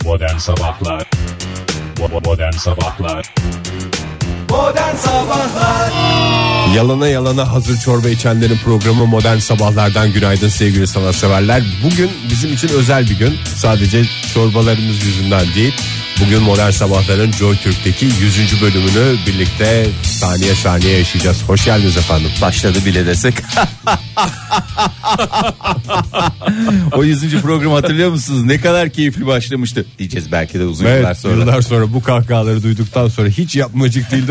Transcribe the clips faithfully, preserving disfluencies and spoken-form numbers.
Modern Sabahlar Modern Sabahlar Modern Sabahlar Yalana yalana hazır çorba içenlerin programı Modern Sabahlar'dan günaydın sevgili sanatseverler. Bugün bizim için özel bir gün. Sadece çorbalarımız yüzünden değil. Bugün Modern Sabahlar'ın Joy Türk'teki yüzüncü bölümünü birlikte saniye saniye yaşayacağız. Hoş geldiniz efendim. Başladı bile desek. O yüzüncü programı hatırlıyor musunuz? Ne kadar keyifli başlamıştı. Diyeceğiz belki de uzun Evet, yıllar sonra. yıllar sonra bu kahkahaları duyduktan sonra hiç yapmacık değildi.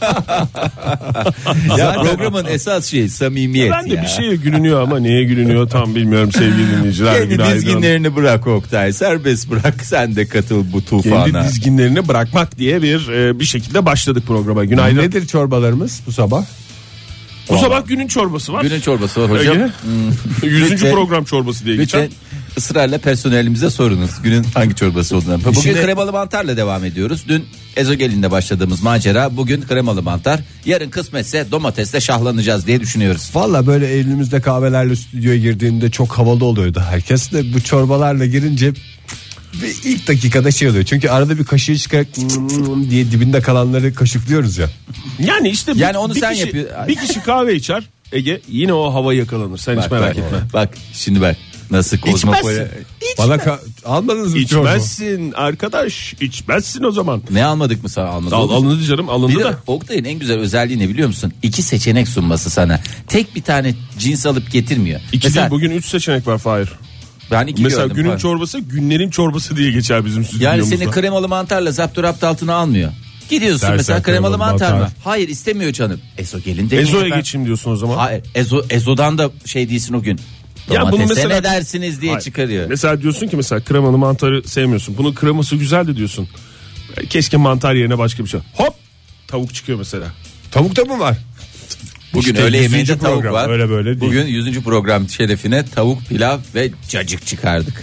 Ya programın esas şeyi samimiyet Ben de ya. bir şeye gülünüyor ama neye gülünüyor tam bilmiyorum sevgili dinleyiciler. Kendi Günaydın. dizginlerini bırak Oktay. Serbest bırak, sen de katıl bu tufana. Kendi dizginlerini bırakmak diye bir e, bir şekilde başladık programa. Günaydın. Nedir çorbalarımız bu sabah? Bu sabah günün çorbası var. Günün çorbası var hocam. Ege. Hmm. Yüzüncü Lütfen- program çorbası diye geçer. Lütfen ısrarla personelimize sorunuz. Günün hangi çorbası olduğunu. Bugün Şimdi- kremalı mantarla devam ediyoruz. Dün ezogelinle başladığımız macera, bugün kremalı mantar. Yarın kısmetse domatesle şahlanacağız diye düşünüyoruz. Valla böyle elimizde kahvelerle stüdyoya girdiğinde çok havalı oluyordu. Herkes de bu çorbalarla girince ve ilk dakikada şey oluyor. Çünkü arada bir kaşığı çıkarak "Hmm" diye dibinde kalanları kaşıklıyoruz ya. Yani işte bir- Yani onu bir sen kişi, yapıyor- Bir kişi kahve içer Ege, yine o hava yakalanır. Sen hiç Bak, merak bak, etme. bak şimdi bak nasıl kozmopolit. Bana ka- almadınız mı çorba? İçmezsin arkadaş, içmezsin o zaman. Ne almadık mı sana, almadık? Al, alındı canım, alındı Bir de da. Oktay'ın en güzel özelliği ne biliyor musun? İki seçenek sunması sana. Tek bir tane cins alıp getirmiyor. İki Mesela değil, bugün üç seçenek var Fahir. ben iki Mesela gördüm. günün Pardon. çorbası günlerin çorbası diye geçer bizim Yani stüdyomuzda. seni kremalı mantarla zapturapt altına almıyor. Gidiyorsun Dersen mesela kremalı kremalı mantar mı? mantar. Hayır, istemiyor canım. Ezogelin de Ezo'ya geçeyim diyorsun o zaman. Hayır, Ezo, Ezo'dan da şey değilsin o gün. Ya bunu Domatese mesela- ne dersiniz diye Hayır. çıkarıyor. Mesela diyorsun ki mesela kremalı mantarı sevmiyorsun. Bunun kreması güzel de diyorsun. Keşke mantar yerine başka bir şey. Hop, tavuk çıkıyor mesela. Tavuk da mı var? Bugün İşte öğle yemeğinde yüzüncü tavuk program, var. öyle böyle değil. Bugün yüzüncü program şerefine tavuk, pilav ve cacık çıkardık.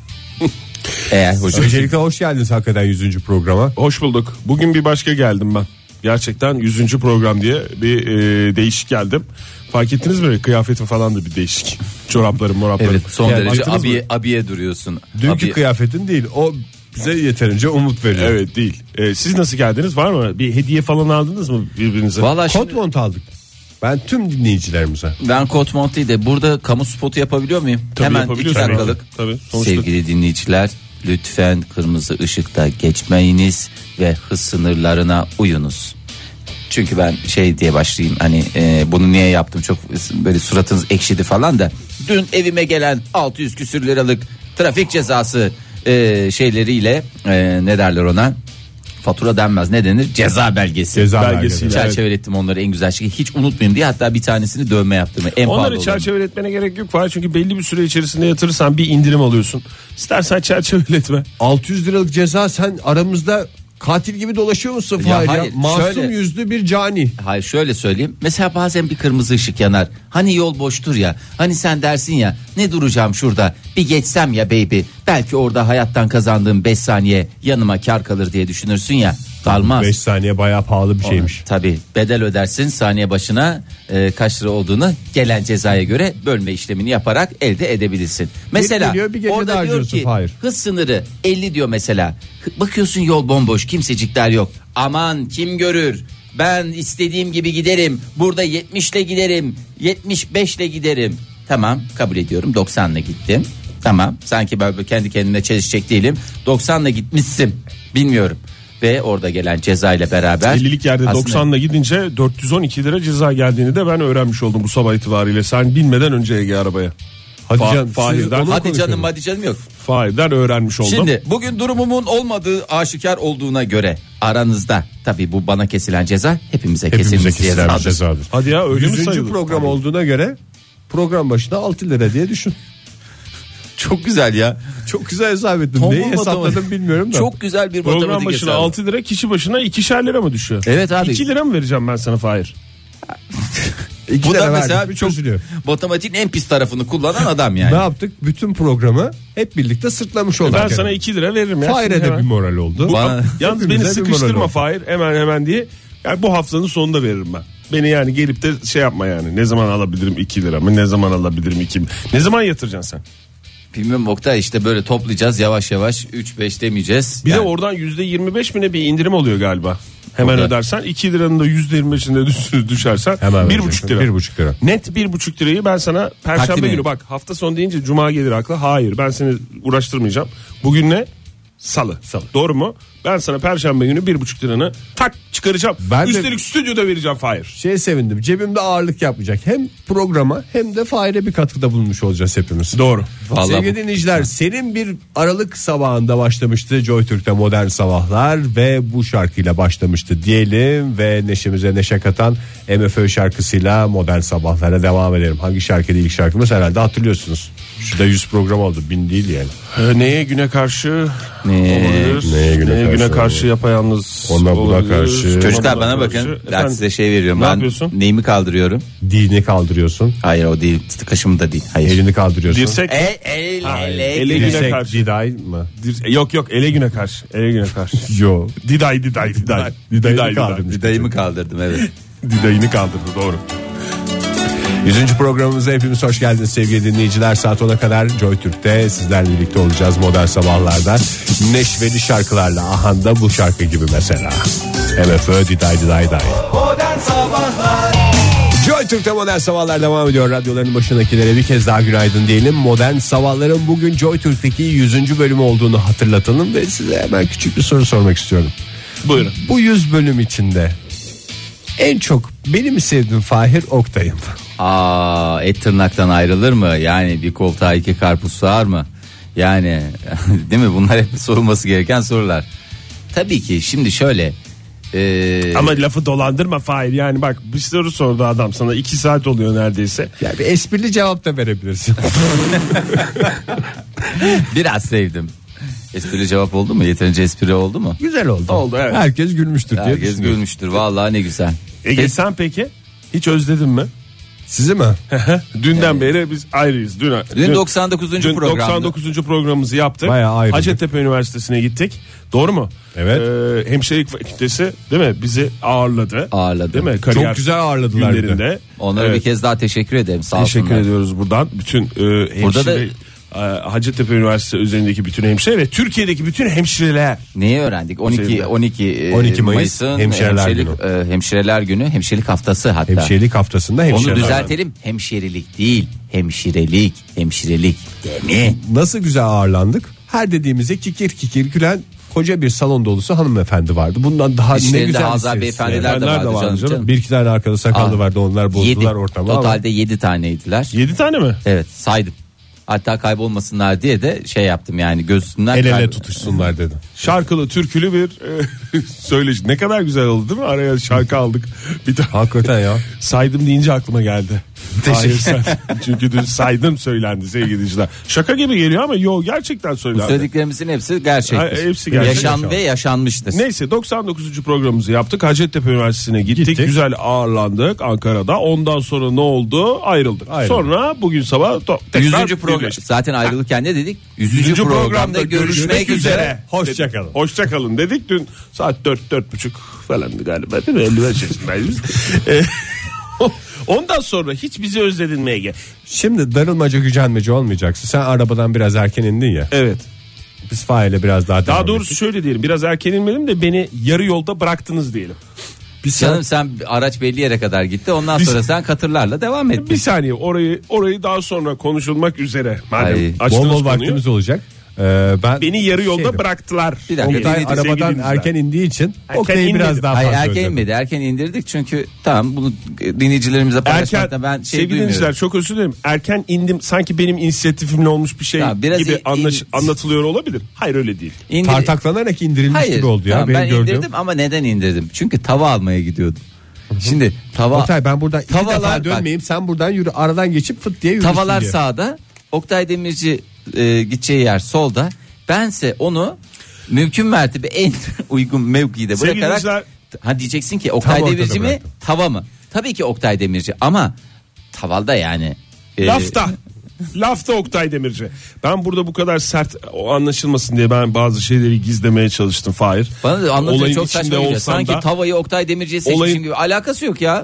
Eğer hocam. Öncelikle hoş geldiniz hakikaten yüzüncü programa. Hoş bulduk. Bugün bir başka geldim ben. Gerçekten yüzüncü program diye bir e, değişik geldim. Fark ettiniz mi? Kıyafetim falan da bir değişik. Çoraplarım, moraplarım. Evet, son Yani derece baktınız mı? abiye, abiye duruyorsun. Dünkü Abiye- kıyafetin değil. O bize yeterince umut veriyor. Evet, değil. E, siz nasıl geldiniz? Var mı? Bir hediye falan aldınız mı birbirinize? Vallahi şimdi Kot mont aldık. Ben tüm dinleyicilerimize. ben kot mont değil de burada kamu spotu yapabiliyor muyum? Tabii Hemen iki yapabiliyorsun. dakikalık. Tabii, sonuçta- Sevgili dinleyiciler, lütfen kırmızı ışıkta geçmeyiniz ve hız sınırlarına uyunuz. Çünkü ben şey diye başlayayım, hani e, bunu niye yaptım, çok böyle suratınız ekşidi falan da. Dün evime gelen altı yüz küsür liralık trafik cezası e, şeyleriyle e, ne derler ona? Fatura denmez, ne denir? Ceza belgesi. Ceza belgesiyle. belgesi. Çerçevelettim onları en güzel şekilde, hiç unutmayayım diye, hatta bir tanesini dövme yaptım. En pahalı Onları olanı. çerçeveletmene gerek yok Fahir, çünkü belli bir süre içerisinde yatırırsan bir indirim alıyorsun. İstersen çerçeveletme. altı yüz liralık ceza, sen aramızda katil gibi dolaşıyor musun Ya Fahir ya? hayır, Masum şöyle- yüzlü bir cani. Hayır, şöyle söyleyeyim. Mesela bazen bir kırmızı ışık yanar. Hani yol boştur ya. Hani sen dersin ya, ne duracağım şurada, bir geçsem ya baby. Belki orada hayattan kazandığım beş saniye yanıma kar kalır diye düşünürsün ya. Kalmaz. beş saniye bayağı pahalı bir şeymiş. Tabii, bedel ödersin saniye başına e, kaç lira olduğunu gelen cezaya göre bölme işlemini yaparak elde edebilirsin. Mesela geliyor, bir gece orada daha diyor harcıyorsun, ki Fahir. hız sınırı elli diyor mesela. Hı- Bakıyorsun yol bomboş, kimsecikler yok. Aman kim görür? Ben istediğim gibi giderim. Burada yetmişle giderim. yetmiş beşle giderim. Tamam, kabul ediyorum, doksanla gittim. Tamam, sanki ben böyle kendi kendime çelişecek değilim. doksanla gitmişsin. Bilmiyorum. Ve orada gelen ceza ile beraber ellilik yerde aslında- doksanla gidince dört yüz on iki lira ceza geldiğini de ben öğrenmiş oldum bu sabah itibariyle. Sen bilmeden önce Ege arabaya. Hadi Fa- canım. Fahir'den- siz onu Hadi konuşuyorsunuz. canım, hadi canım yok. Fahir'den öğrenmiş oldum. Şimdi bugün durumumun olmadığı aşikar olduğuna göre aranızda, tabii bu bana kesilen ceza hepimize, Hepimize kesilmiş kesilen bir cezadır. cezadır. Hadi ya, öyle mi yüzüncü sayılır? program olduğuna göre program başına altı lira diye düşün. Çok güzel ya. Çok güzel hesap ettim. Tombul Neyi hesapladım matematik. bilmiyorum da. Çok güzel bir Program matematik başına hesabı. altı lira, kişi başına ikişer lira mı düşüyor? Evet abi. iki lira mı vereceğim ben sana Fahir? İki Bu lira da verdik, mesela çok çözülüyor. matematiğin en pis tarafını kullanan adam yani. Ne yaptık? Bütün programı hep birlikte sırtlamış olduk. Ben yani. sana iki lira veririm ya. Fahir'e Şimdi de hemen. bir moral oldu. Bana- Yalnız beni Hepimize bir moral sıkıştırma oldu. Fahir, hemen hemen diye. Yani bu haftanın sonunda veririm ben. Beni yani gelip de şey yapma yani. Ne zaman alabilirim iki lira mı? Ne zaman alabilirim iki mi? Ne zaman yatıracaksın sen? Bilmiyorum Oktay, işte böyle toplayacağız yavaş yavaş, üç beş demeyeceğiz. Bir Yani de oradan yüzde yirmi beş mi ne bir indirim oluyor galiba. Hemen Orada. ödersen iki liranın da yüzde yirmi beşinde düşersen Hemen bir buçuk lira. bir buçuk lira. Net bir buçuk lirayı ben sana perşembe Takdim günü, edin. bak hafta sonu deyince cuma gelir akla. Hayır, ben seni uğraştırmayacağım. Bugün ne? Salı. Salı. Doğru mu? Ben sana perşembe günü bir buçuk liranı tak çıkaracağım. Ben de- Üstelik stüdyoda vereceğim Fahir. Şeye sevindim. Cebimde ağırlık yapmayacak. Hem programa hem de Fahir'e bir katkıda bulunmuş olacağız hepimiz. Doğru. Vallahi Sevgili bu- dinleyiciler, senin bir Aralık sabahında başlamıştı Joy Türk'te Modern Sabahlar ve bu şarkıyla başlamıştı diyelim ve neşemize neşe katan M F Ö şarkısıyla Modern Sabahlar'a devam edelim. Hangi şarkıydı ilk şarkımız, herhalde hatırlıyorsunuz. Şurada yüz program oldu, bin değil yani. Ee, neye güne karşı Ne- olabilir? Neye güne Neye karşı güne karşı olabilir? yapayalnız Ona buna olabilir. karşı. Ona Çocuklar buna bana karşı. bakın, ben Efendim, size şey veriyorum. ne Ben yapıyorsun? neyimi kaldırıyorum? Dini kaldırıyorsun, Hayır, o değil, kaşımı da değil. Hayır. elini kaldırıyorsun. Dirsek. El, el, el, el, ele güne Dirsek, karşı. diday mı? Dir- Yok yok, ele güne karşı. Ele güne karşı. Yo. Diday diday diday. Diday'ı kaldırmış. Dayımı kaldırdım, evet. Didayını kaldırdı, doğru. yüzüncü programımıza hepimiz hoş geldiniz sevgili dinleyiciler. Saat ona kadar Joy Türk'te sizlerle birlikte olacağız Modern Sabahlar'da. Neşveli şarkılarla, aha da bu şarkı gibi mesela. M F Ö Diday Diday Day. Modern Sabahlar Joy Türk'te Modern Sabahlar devam ediyor. Radyoların başındakilere bir kez daha günaydın diyelim. Modern Sabahlar'ın bugün Joy Türk'teki yüzüncü bölümü olduğunu hatırlatalım ve size hemen küçük bir soru sormak istiyorum. Buyurun. Bu yüz bölüm içinde en çok beni mi sevdin Fahir, Oktay'ı mı? Aa, et tırnaktan ayrılır mı? Yani bir koltuğa iki karpuz sığar mı? Yani değil mi? Bunlar hep sorulması gereken sorular. Tabii ki şimdi şöyle. E, Ama lafı dolandırma Fahir, yani bak bir soru sordu adam sana, iki saat oluyor neredeyse. Yani bir esprili cevap da verebilirsin. biraz sevdim. Esprili cevap oldu mu? Yeterince espri oldu mu? Güzel oldu. Oldu, evet. Herkes gülmüştür diye Herkes düşünüyorum. gülmüştür. Vallahi ne güzel. Ege Peki, sen peki hiç özledin mi? Sizi mi? Dünden beri biz ayrıyız. Dün, Dün doksan dokuzuncu dün programdı. doksan dokuzuncu programımızı yaptık. Bayağı ayrıldık. Hacettepe Üniversitesi'ne gittik. Doğru mu? Evet. Ee, hemşirelik fakültesi değil mi? Bizi ağırladı. Ağırladı. Değil mi? Kariyer Çok güzel ağırladılar bir de. günlerinde. Onlara Evet. bir kez daha teşekkür ederim. Sağ Teşekkür olsunlar. ediyoruz buradan. Bütün e, hemşire, Burada da- e, Hacettepe Üniversitesi üzerindeki bütün hemşire ve Türkiye'deki bütün hemşireler. Neyi öğrendik? on iki Şeyde. on iki e, on iki Mayıs Mayıs'ın Hemşireler hemşirelik, e, hemşireler günü, hemşirelik haftası hatta. Hemşirelik haftasında Onu hemşireler. düzeltelim. Hemşirelik değil, hemşirelik, hemşirelik değil mi? Nasıl güzel ağırlandık. Her dediğimize kikir kikir gülen koca bir salon dolusu hanımefendi vardı. Bundan daha ne İşlerinde güzel bir Hazar ses. beyefendiler de Beyefendiler de vardı vardı canım. canım. canım. Bir iki tane arkada sakallı Aa, vardı, onlar bozdular Yedi. ortamı ama. Totalde yedi taneydiler. Yedi tane mi? Evet, saydım. Hatta kaybolmasınlar diye de şey yaptım, yani gözünden El ele kaybol- tutuşsunlar dedim. Şarkılı, türkülü bir e, söyleşi. Ne kadar güzel oldu değil mi? Araya şarkı aldık. Bir tane Hakikaten ya. saydım deyince aklıma geldi. Teşekkür Hayır, sen- Çünkü dün saydım söylendi sevgili dinleyiciler. Şaka gibi geliyor ama yo, gerçekten Bu söylendi. söylediklerimizin hepsi gerçektir. Ha, hepsi gerçek. Yaşan ve yaşanmıştır. Neyse, doksan dokuzuncu programımızı yaptık. Hacettepe Üniversitesi'ne gittik. Gittik. Güzel ağırlandık Ankara'da. Ondan sonra ne oldu? Ayrıldık. Ayrıldık. Sonra bugün sabah to- tekrar Yüzüncü program. birleştik. Zaten ayrılırken ne dedik? Yüzüncü, Yüzüncü programda görüşmek üzere. Hoşça kalın. Hoşça kalın dedik. Dün saat dört dört buçuk falandı galiba değil mi? elli beş yaşındayız. Ee, Ondan sonra hiç bizi özledin mi Ege? Şimdi darılmaca gücenmece olmayacaksın. Sen arabadan biraz erken indin ya. Evet. Biz Fahir'le biraz daha Daha devam doğrusu ettik. şöyle diyelim. Biraz erken inmedim de beni yarı yolda bıraktınız diyelim. Biz Canım sen araç belli yere kadar gitti. Ondan Biz- sonra sen katırlarla devam ettin. Bir saniye, orayı orayı daha sonra konuşulmak üzere. Madem Ay, açtınız bol bol konuyu. vaktimiz olacak. Ee, ben Beni yarı yolda şeydim, bıraktılar. Bir dakika, Oktay dinledik, sevgili arabadan dinleyiciler. erken indiği için Erken Oktay'ı biraz inmedim. daha Hayır, fazla erken özledim. inmedi. Erken indirdik çünkü tamam, bunu dinleyicilerimizle paylaşmakta Erken, ben şey sevgili duymuyorum. dinleyiciler, çok özür dilerim. Erken indim, sanki benim inisiyatifimle olmuş bir şey Ya, biraz gibi in- anlaş- in- anlatılıyor olabilir. Hayır, öyle değil. İndir- Tartaklanarak indirilmiş Hayır, gibi oldu ya. tamam, benim ben gördüğüm. indirdim ama neden indirdim? Çünkü tava almaya gidiyordum. Şimdi tava Oktay ben buradan iki Tavalar- defa dönmeyeyim, sen buradan yürü, aradan geçip fıt diye yürürsün tavalar diye. sağda, Oktay Demirci e, gideceği yer solda. Bense onu mümkün mertebe en uygun mevkide Sevgili bırakarak dinleyiciler- ha diyeceksin ki Oktay Tam ortada Demirci mi, bıraktım. tava mı? Tabii ki Oktay Demirci ama tavalda yani. e, Lafta. Lafta Oktay Demirci. Ben burada bu kadar sert o anlaşılmasın diye ben bazı şeyleri gizlemeye çalıştım Fahir. Bana da anlatıyor, Olayın çok içinde saçma geliyor. olsam Sanki da- tavayı Oktay Demirci'ye seçmişim Olayın- gibi. Alakası yok ya.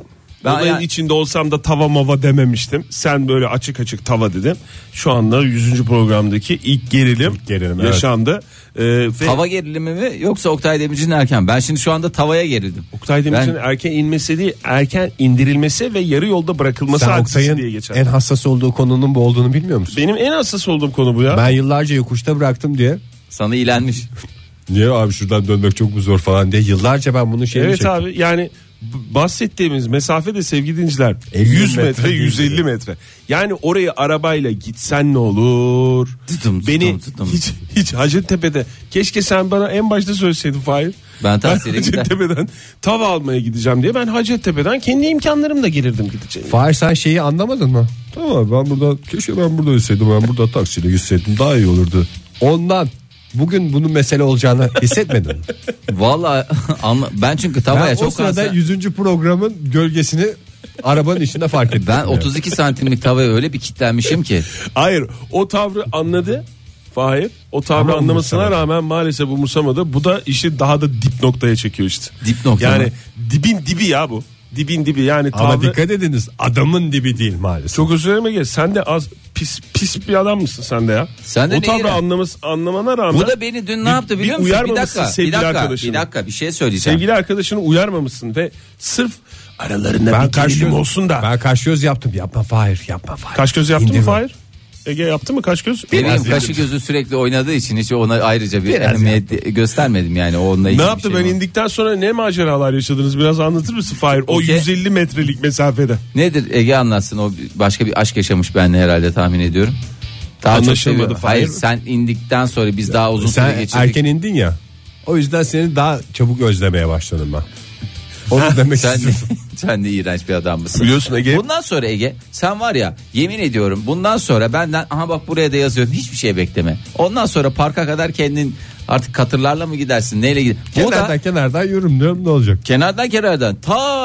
Ben Olayın yani- içinde olsam da tava mava dememiştim. Sen böyle açık açık tava dedin. Şu anda yüzüncü programdaki ilk gerilim, İlk gerilim, evet. yaşandı. Ee, ve Tava gerilimi mi yoksa Oktay Demirci'nin erken? Ben şimdi şu anda tavaya gerildim. Oktay Demirci'nin Ben- erken inmesi değil, erken indirilmesi ve yarı yolda bırakılması Sen hadisesi diye Oktay'ın geçer. en hassas olduğu konunun bu olduğunu bilmiyor musun? Benim en hassas olduğum konu bu ya. Ben yıllarca yokuşta bıraktım diye. Sana ilenmiş. Niye abi şuradan dönmek çok mu zor falan diye. Yıllarca ben bunun şeyini Evet çektim. abi, yani b- bahsettiğimiz mesafe de sevgili dinleyiciler elli yüz metre, metre yüz elli metre. Yani orayı arabayla gitsen ne olur? Tutum, Beni tutum, tutum. hiç hiç Hacettepe'de, keşke sen bana en başta söyleseydin Fahir. Ben taksiyle gider. Hacettepe'den tava almaya gideceğim diye ben Hacettepe'den kendi imkanlarımla gelirdim gideceğim. Fahir sen şeyi anlamadın mı? Tamam ben burada keşke ben burada ölseydim, ben burada taksiyle gitseydim daha iyi olurdu. Ondan bugün bunun mesele olacağını hissetmedin. Vallahi anla- ben çünkü tavaya Ben o çok sırada kanser- yüzüncü programın gölgesini arabanın içinde fark ettim. Ben Yani. otuz iki santimlik tavaya öyle bir kitlenmişim ki. Hayır, o tavrı anladı Fahir. O tavrı Ama anlamasına umursamadı. rağmen maalesef umursamadı. Bu da işi daha da dip noktaya çekiyor işte. Dip nokta Yani mı? dibin dibi ya bu. Dibin dibi yani Ama tavrı. dikkat ediniz, adamın dibi değil maalesef. Çok özür dilerim Ege. Sen de az pis pis bir adam mısın sen de ya? Sen de o ne tavrı iğrenç. anlaması, anlamana rağmen. Bu da beni dün ne bir- yaptı bir biliyor musun? Bir uyarmamışsın dakika, bir sevgili dakika, arkadaşını. bir dakika bir şey söyleyeceğim. Sevgili arkadaşını uyarmamışsın ve sırf aralarında Ben bir kaş gerilim göz, olsun da. ben kaş göz yaptım. Yapma Fahir, yapma Fahir. Kaş göz yaptı mı İndirme. Fahir? Ege yaptı mı kaş göz? Benim kaşı gözü sürekli oynadığı için hiç ona ayrıca bir ehemmiyet göstermedim yani onunla ilgili Ne bir yaptı şey ben var. indikten sonra ne maceralar yaşadınız, biraz anlatır mısın Fahir? O Okey. yüz elli metrelik mesafede. Nedir Ege anlatsın, o başka bir aşk yaşamış benle herhalde tahmin ediyorum. Daha çok Anlaşılmadı, seviyorum. Fahir. Hayır sen indikten sonra biz daha uzun süre Sen geçirdik. erken indin ya. O yüzden seni daha çabuk özlemeye başladım ben. Onu demek Sen de, istiyorum. sen de iğrenç bir adam mısın? Biliyorsun Ege. Bundan sonra Ege sen var ya, yemin ediyorum bundan sonra benden, aha bak buraya da yazıyorum, hiçbir şey bekleme. Ondan sonra parka kadar kendin artık katırlarla mı gidersin, neyle gidersin? Bu Kenardan da kenardan yorumluyorum, ne olacak? kenardan kenardan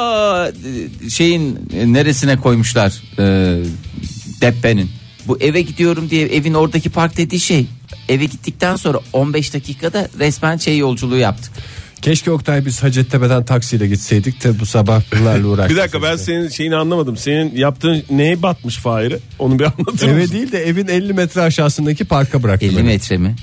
ta e, şeyin e, neresine koymuşlar e, deppenin. Bu eve gidiyorum diye evin oradaki park dediği şey. Eve gittikten sonra on beş dakikada resmen şey yolculuğu yaptık. Keşke Oktay biz Hacettepe'den taksiyle gitseydik de bu sabah bunlarla uğraştık. Bir dakika, ben senin şeyini anlamadım. Senin yaptığın neye batmış Fahir'i? Onu bir anlatır Eve mısın? değil de evin elli metre aşağısındaki parka bıraktım. elli beni. metre mi?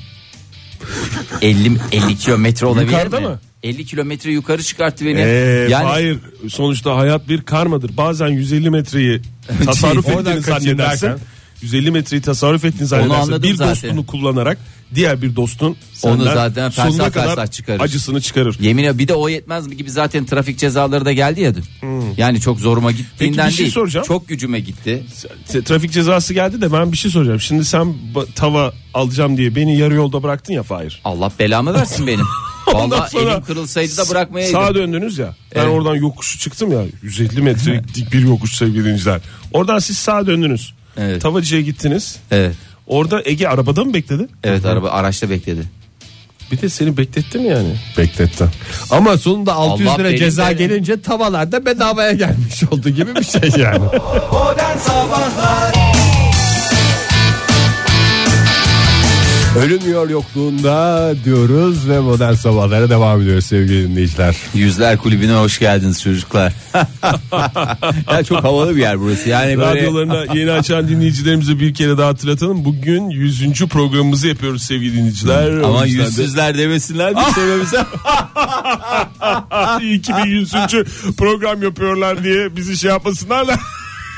elli elli kilometre olabilir Yukarıda mi? mı? elli kilometre yukarı çıkarttı beni. Ee, yani Hayır, sonuçta hayat bir karmadır. Bazen yüz elli metreyi tasarruf Oradan ettiğini kaçayım zannedersin. derken. yüz elli metreyi tasarruf ettiğini zannedersin. anladım Bir zaten. dostunu kullanarak diğer bir dostun Onu senden zaten sonuna fersah kadar fersah çıkarır. acısını çıkarır. yemin ediyorum, bir de o yetmez gibi zaten trafik cezaları da geldi ya dün. Yani çok zoruma gittiğinden Peki bir şey değil. soracağım. Çok gücüme gitti. T- Trafik cezası geldi de ben bir şey soracağım. Şimdi sen ba- tava alacağım diye beni yarı yolda bıraktın ya Fahir. Allah belamı versin benim. Ondan Vallahi sonra elim kırılsaydı da bırakmayaydım. Sağa döndünüz ya. Ben Evet. oradan yokuşu çıktım ya. yüz elli metrelik dik bir yokuş sevgili dinleyiciler. Oradan siz sağa döndünüz. Evet. Tavacıya gittiniz. Evet. Orada Ege arabada mı bekledi? Evet, araba araçta bekledi. Bir de seni bekletti mi yani? Bekletti. Ama sonunda altı yüz Allah lira benim ceza de- gelince tavalar da bedavaya gelmiş oldu gibi bir şey yani. Modern Sabahlar Ölünmüyor yokluğunda diyoruz ve modern sabahlara devam ediyoruz sevgili dinleyiciler. Yüzler Kulübü'ne hoş geldiniz çocuklar. Ya çok havalı bir yer burası. Yani böyle Radyolarına yeni açan dinleyicilerimize bir kere daha hatırlatalım. Bugün yüzüncü programımızı yapıyoruz sevgili dinleyiciler. ama O yüzden de- yüzsüzler demesinler bir söylememize. İyi ki bir yüzüncü program yapıyorlar diye bizi şey yapmasınlar da.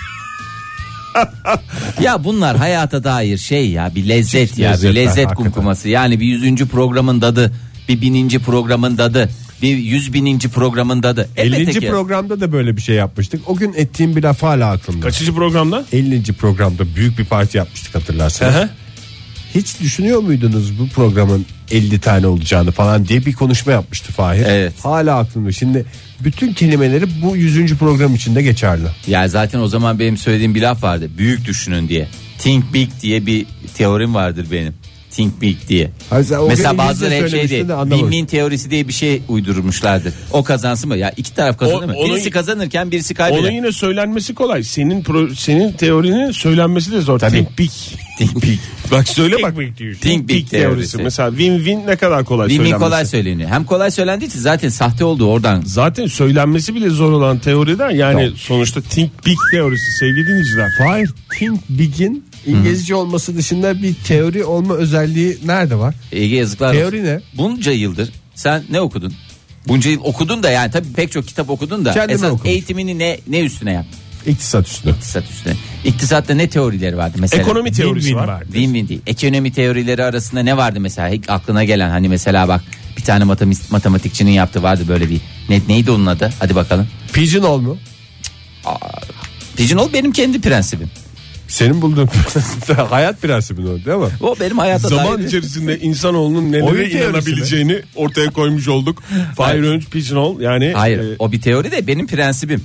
Ya bunlar hayata dair şey ya, bir lezzet Çeşitli ya, bir lezzetler, lezzet hakikaten. kumkuması. Yani bir yüzüncü programın tadı, bir bininci programın tadı, bir yüz bininci programın tadı. Elbette ellinci ki. programda da böyle bir şey yapmıştık. O gün ettiğim bir laf hala aklımda. Kaçıncı programda? ellinci programda büyük bir parti yapmıştık hatırlarsanız. Hı hı. Hiç düşünüyor muydunuz bu programın elli tane olacağını falan diye bir konuşma yapmıştı Fahir. Evet. Hala aklımda. Şimdi bütün kelimeleri bu yüzüncü program içinde geçerli. Ya zaten o zaman benim söylediğim bir laf vardı. Büyük düşünün diye. Think big diye bir teorim vardır benim. think big diye. Mesela, Mesela bazıları hep şey diye win-win teorisi diye bir şey uydurmuşlardır. O kazansın mı? Ya iki taraf kazanır O- mı? onun- Birisi kazanırken birisi kaybeder. Onun yine söylenmesi kolay. Senin pro, senin teorinin söylenmesi de zor. Tabii. Think big. Think big. Bak söyle bak. Think big teorisi. Mesela win-win ne kadar kolay Win-win söylenmesi. kolay söyleniyor. Hem kolay söylendiği için zaten sahte olduğu oradan. Zaten söylenmesi bile zor olan teoriden yani Yok. sonuçta think big teorisi sevgili dinleyiciler. Hayır, think big'in İngilizce olması dışında bir teori olma özelliği nerede var? Ege yazıklar Teori olsun. ne? Bunca yıldır sen ne okudun? Bunca yıl okudun da yani tabii pek çok kitap okudun da Kendime esas okumuş. eğitimini ne ne üstüne yaptın? İktisat üstüne. İktisat üstüne. İktisatta ne teorileri vardı mesela? Ekonomi teorisi Win-win var. var. Win-win değil. Ekonomi teorileri arasında ne vardı mesela? Hiç aklına gelen hani mesela bak bir tane matematik, matematikçinin yaptığı vardı böyle bir. Ne, neydi onun adı? Hadi bakalım. Pigeonhole mu? Pigeonhole benim kendi prensibim. Senin bulduğun hayat prensibin o değil mi? O benim hayata Zaman dair. içerisinde insanoğlunun Oyun nelere teorisi inanabileceğini ortaya koymuş olduk. Fire Önç Pigeonhole yani. Hayır, e, o bir teori de benim prensibim.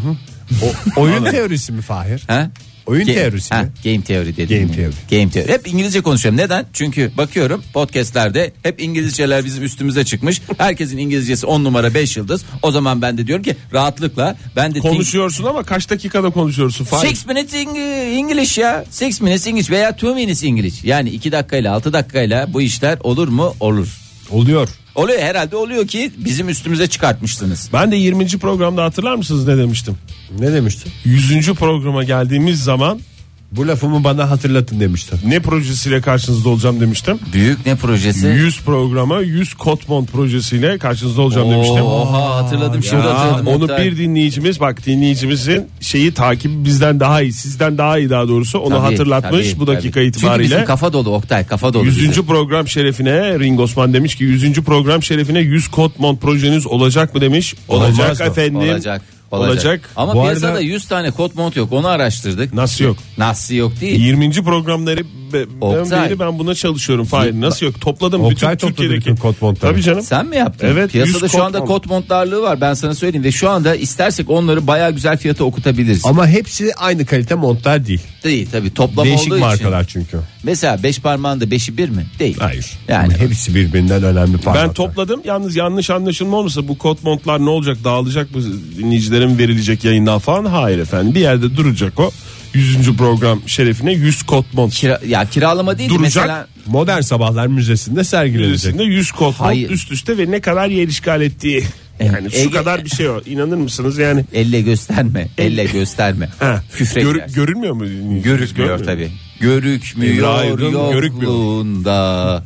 O, oyun teorisi mi Fahir? Ha? Oyun Ge- teorisi ha, mi? Game teori dedim. Game ya. teori. Game teori. Hep İngilizce konuşuyorum. Neden? Çünkü bakıyorum podcastlerde hep İngilizceler bizim üstümüze çıkmış. Herkesin İngilizcesi on numara beş yıldız. O zaman ben de diyorum ki rahatlıkla ben de konuşuyorsun ama kaç dakikada konuşuyorsun? Fire. Six minutes Eng- English ya. Six minutes English veya two minutes English. Yani iki dakikayla altı dakikayla bu işler olur mu? Olur. Oluyor. Oluyor herhalde oluyor ki bizim üstümüze çıkartmışsınız. Ben de yirminci programda hatırlar mısınız ne demiştim? Ne demiştin? yüzüncü programa geldiğimiz zaman Bu lafımı bana hatırlatın demiştin. ne projesiyle karşınızda olacağım demiştim. Büyük ne projesi? yüz programa yüz Kotmont projesiyle karşınızda olacağım demiştim. Oha hatırladım şimdi Ya, hatırladım. onu Oktay. bir dinleyicimiz bak dinleyicimizin şeyi takibi bizden daha iyi sizden daha iyi daha doğrusu onu Tabii, hatırlatmış tabii, bu dakika tabii. itibariyle. Çünkü bizim kafa dolu Oktay kafa dolu. yüzüncü bizim. program şerefine Ringo Osman demiş ki yüzüncü program şerefine yüz Kotmont projeniz olacak mı demiş. Olacak Olmaz mı? efendim. Olacak. Olacak. Olacak. Ama Bu piyasada arada- yüz tane kot mont yok onu araştırdık. Nasıl yok? Nasıl yok değil. yirminci programları be- ben Oktay. beri ben buna çalışıyorum. Hayır nasıl yok? Topladım Oktay bütün topladı Türkiye'deki bütün kot montları. Tabii canım. Sen mi yaptın? Evet, Piyasada yüz şu kot anda mont. kot mont darlığı var ben sana söyleyeyim ve şu anda istersek onları bayağı güzel fiyata okutabiliriz. Ama hepsi aynı kalite montlar değil. Değil tabii toplam Değişik olduğu markalar için. çünkü. Mesela beş parmağında beşi bir mi? Değil. Hayır. Yani Ama hepsi birbirinden önemli parmaklar. Ben topladım. Yalnız yanlış anlaşılma olursa bu kot montlar ne olacak? Dağılacak mı? Dinleyicilerin verilecek yayından falan? Hayır efendim. Bir yerde duracak o. yüzüncü program şerefine yüz kot mont. Kira, ya kiralama değil de Duracak. mesela Modern Sabahlar Müzesi'nde sergilenecek. Müzesinde yüz kot mont Hayır. üst üste ve ne kadar yer işgal ettiği. Yani şu Ege- kadar bir şey o. İnanır mısınız yani? elle gösterme, elle gösterme. Ha, Küfre gör- girersin. görünmüyor mu? Görükmüyor tabii. Görükmüyor Emre Aydın görükmüyor. yokluğunda.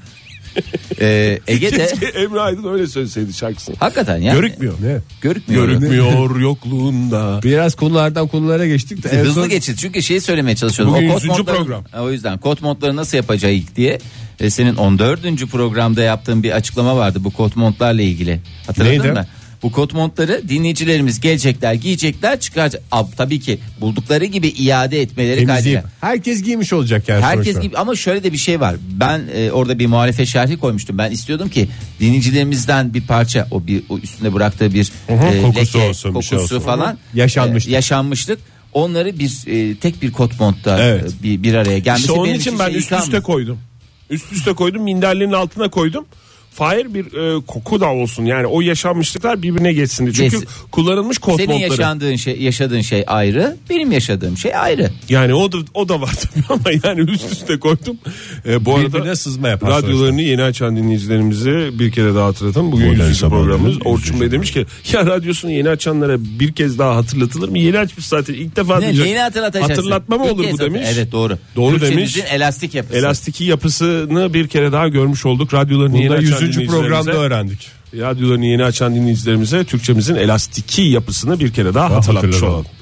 ee, Ege'de Keşke Emre Aydın öyle söyleseydi şarkısını. hakikaten ya. Görükmüyor. Ne? Görükmüyor. Görükmüyor yokluğunda. Biraz konulardan konulara geçtik de. en Hızlı son- geçti çünkü şeyi söylemeye çalışıyordum. Bugün O kot yüzüncü montları- program. O yüzden kot montları nasıl yapacağız diye e, senin on dördüncü programda yaptığın bir açıklama vardı bu kot montlarla ilgili. Hatırladın Neydi? mı? Bu kot montları dinleyicilerimiz gelecekler, giyecekler, çıkaracak. Ab, tabii ki buldukları gibi iade etmeleri Temizleyip. kaydıyla. Herkes giymiş olacak yani. Herkes sonuçta. gibi ama şöyle de bir şey var. Ben e, orada bir muhalefet şerhi koymuştum. Ben istiyordum ki dinleyicilerimizden bir parça o bir o üstünde bıraktığı bir hı, e, kokusu leke, olsun, bir kokusu şey olsun. falan Hı hı. Yaşanmışlık. e, yaşanmışlık. Onları bir e, tek bir kot montta Evet. e, bir, bir araya gelmesi İşte onun benim için ben şey üst ikram. üste koydum. Üst üste koydum, minderlerin altına koydum. Fahir bir e, koku da olsun. Yani o yaşanmışlıklar birbirine geçsin diye. Çünkü Geçsin. kullanılmış kot Senin montları. yaşandığın şey, yaşadığın şey ayrı, benim yaşadığım şey ayrı. Yani o da o da var tabii ama yani üst üste koydum. E, bu Birbirine arada sızma yapar radyolarını yeni açan dinleyicilerimize bir kere daha hatırlatalım. Bugün Modern yüzüncü Sabahların programımız. yüzüncü Orçun Bey demiş ki ya radyosunu yeni açanlara bir kez daha hatırlatılır mı? Yeni açmış zaten ilk defa Ne, diyecek. neyini hatırlatacaksın? Hatırlatma mı İlk olur kez bu demiş. hatır- Evet doğru. Doğru Türkçemizin demiş. elastik yapısı. Elastiki yapısını bir kere daha görmüş olduk. Radyolarını Bunu yeni da açan yüzüncü dinleyicilerimize. programda öğrendik. Radyolarını yeni açan dinleyicilerimize Türkçemizin elastiki yapısını bir kere daha hatırlatmış hatırlatalım. olalım.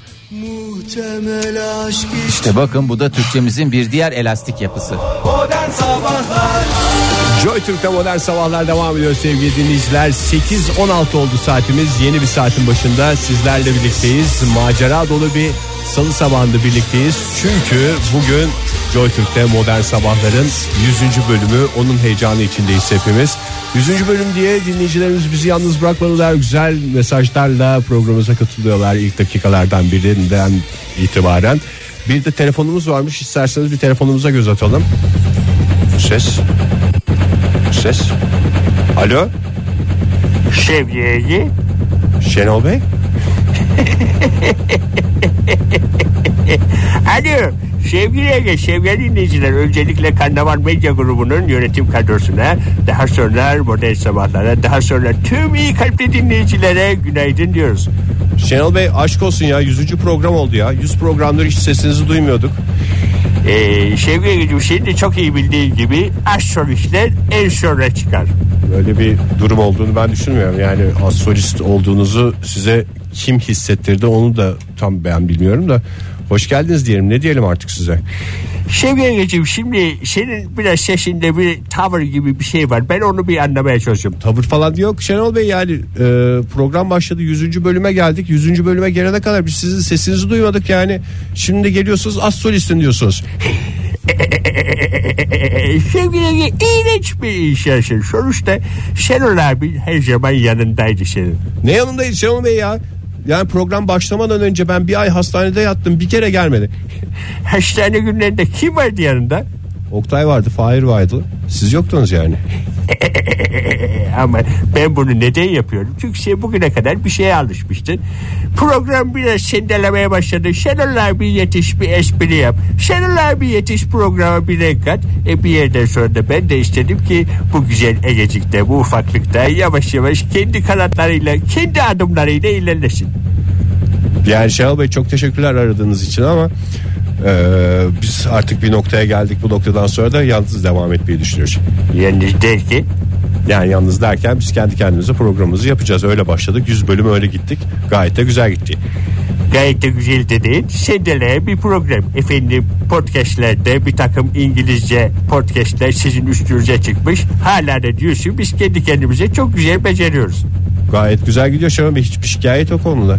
Muhtemel aşk İşte bakın bu da Türkçemizin bir diğer elastik yapısı. Modern Sabahlar Joy Türk'te Modern Sabahlar devam ediyor sevgili dinleyiciler. sekiz on altı oldu saatimiz. Yeni bir saatin başında sizlerle birlikteyiz. Macera dolu bir salı sabahında birlikteyiz. Çünkü bugün Joy Türk'te Modern Sabahlar'ın yüzüncü bölümü. Onun heyecanı içindeyiz hepimiz. yüzüncü bölüm diye dinleyicilerimiz bizi yalnız bırakmadılar. Güzel mesajlarla programımıza katılıyorlar ilk dakikalardan birinden itibaren. Bir de telefonumuz varmış. İsterseniz bir telefonumuza göz atalım. Ses. ses. Alo. Şevki'ye Şenol Bey. Alo Şevki'ye sevgili dinleyiciler, öncelikle Karnaval Medya Grubu'nun yönetim kadrosuna, daha sonra Modern Sabahlara, daha sonra tüm iyi kalpli dinleyicilere günaydın diyoruz. Şenol Bey aşk olsun ya, yüzüncü program oldu ya. yüz programdır hiç sesinizi duymuyorduk. Ee, Şevki'ye şimdi çok iyi bildiğin gibi astrolistler en sonra çıkar. Böyle bir durum olduğunu ben düşünmüyorum. Yani astrolist olduğunuzu size kim hissettirdi onu da tam ben bilmiyorum da. Hoş geldiniz diyelim, ne diyelim artık size. Şevki'ciğim, şimdi senin biraz sesinde bir tavır gibi bir şey var. Ben onu bir anlamaya çalışıyorum. Tavır falan yok Şenol Bey, yani e, program başladı, yüzüncü bölüme geldik. yüzüncü bölüme gelene kadar biz sizin sesinizi duymadık yani. Şimdi geliyorsunuz astrolistin diyorsunuz. Şevki'ye iğrenç bir insansın. Sonuçta Şenol abi her zaman yanındaydı senin. Ne yanındayız Şenol Bey ya? Yani program başlamadan önce ben bir ay hastanede yattım, bir kere gelmedi. Hastane günlerinde kim vardı yanında? Oktay vardı, Fahir vardı. Siz yoktunuz yani. Ama ben bunu neden yapıyorum? Çünkü sen bugüne kadar bir şeye alışmıştın. Program biraz sendelemeye başladı. Şenol abi yetiş, bir espri yap. Şenol abi yetiş, programa bir renk kat. E bir yerden sonra da ben de istedim ki bu güzel Egecik'te, bu ufaklıkta yavaş yavaş kendi kanatlarıyla, kendi adımlarıyla ilerlesin. Yani Şenol Bey çok teşekkürler aradığınız için ama Ee, biz artık bir noktaya geldik. Bu noktadan sonra da yalnız devam etmeyi düşünüyoruz. Yalnız der ki, yani yalnız derken biz kendi kendimize programımızı yapacağız. Öyle başladık, yüz bölüm öyle gittik. Gayet de güzel gitti. Gayet de güzel dedin. Sendeleye bir program. Efendim podcastlerde bir takım İngilizce podcastler sizin üstünüze çıkmış. Hala da diyorsun biz kendi kendimize çok güzel beceriyoruz. Gayet güzel gidiyor Şenol Bey, hiçbir şikayet yok konuda.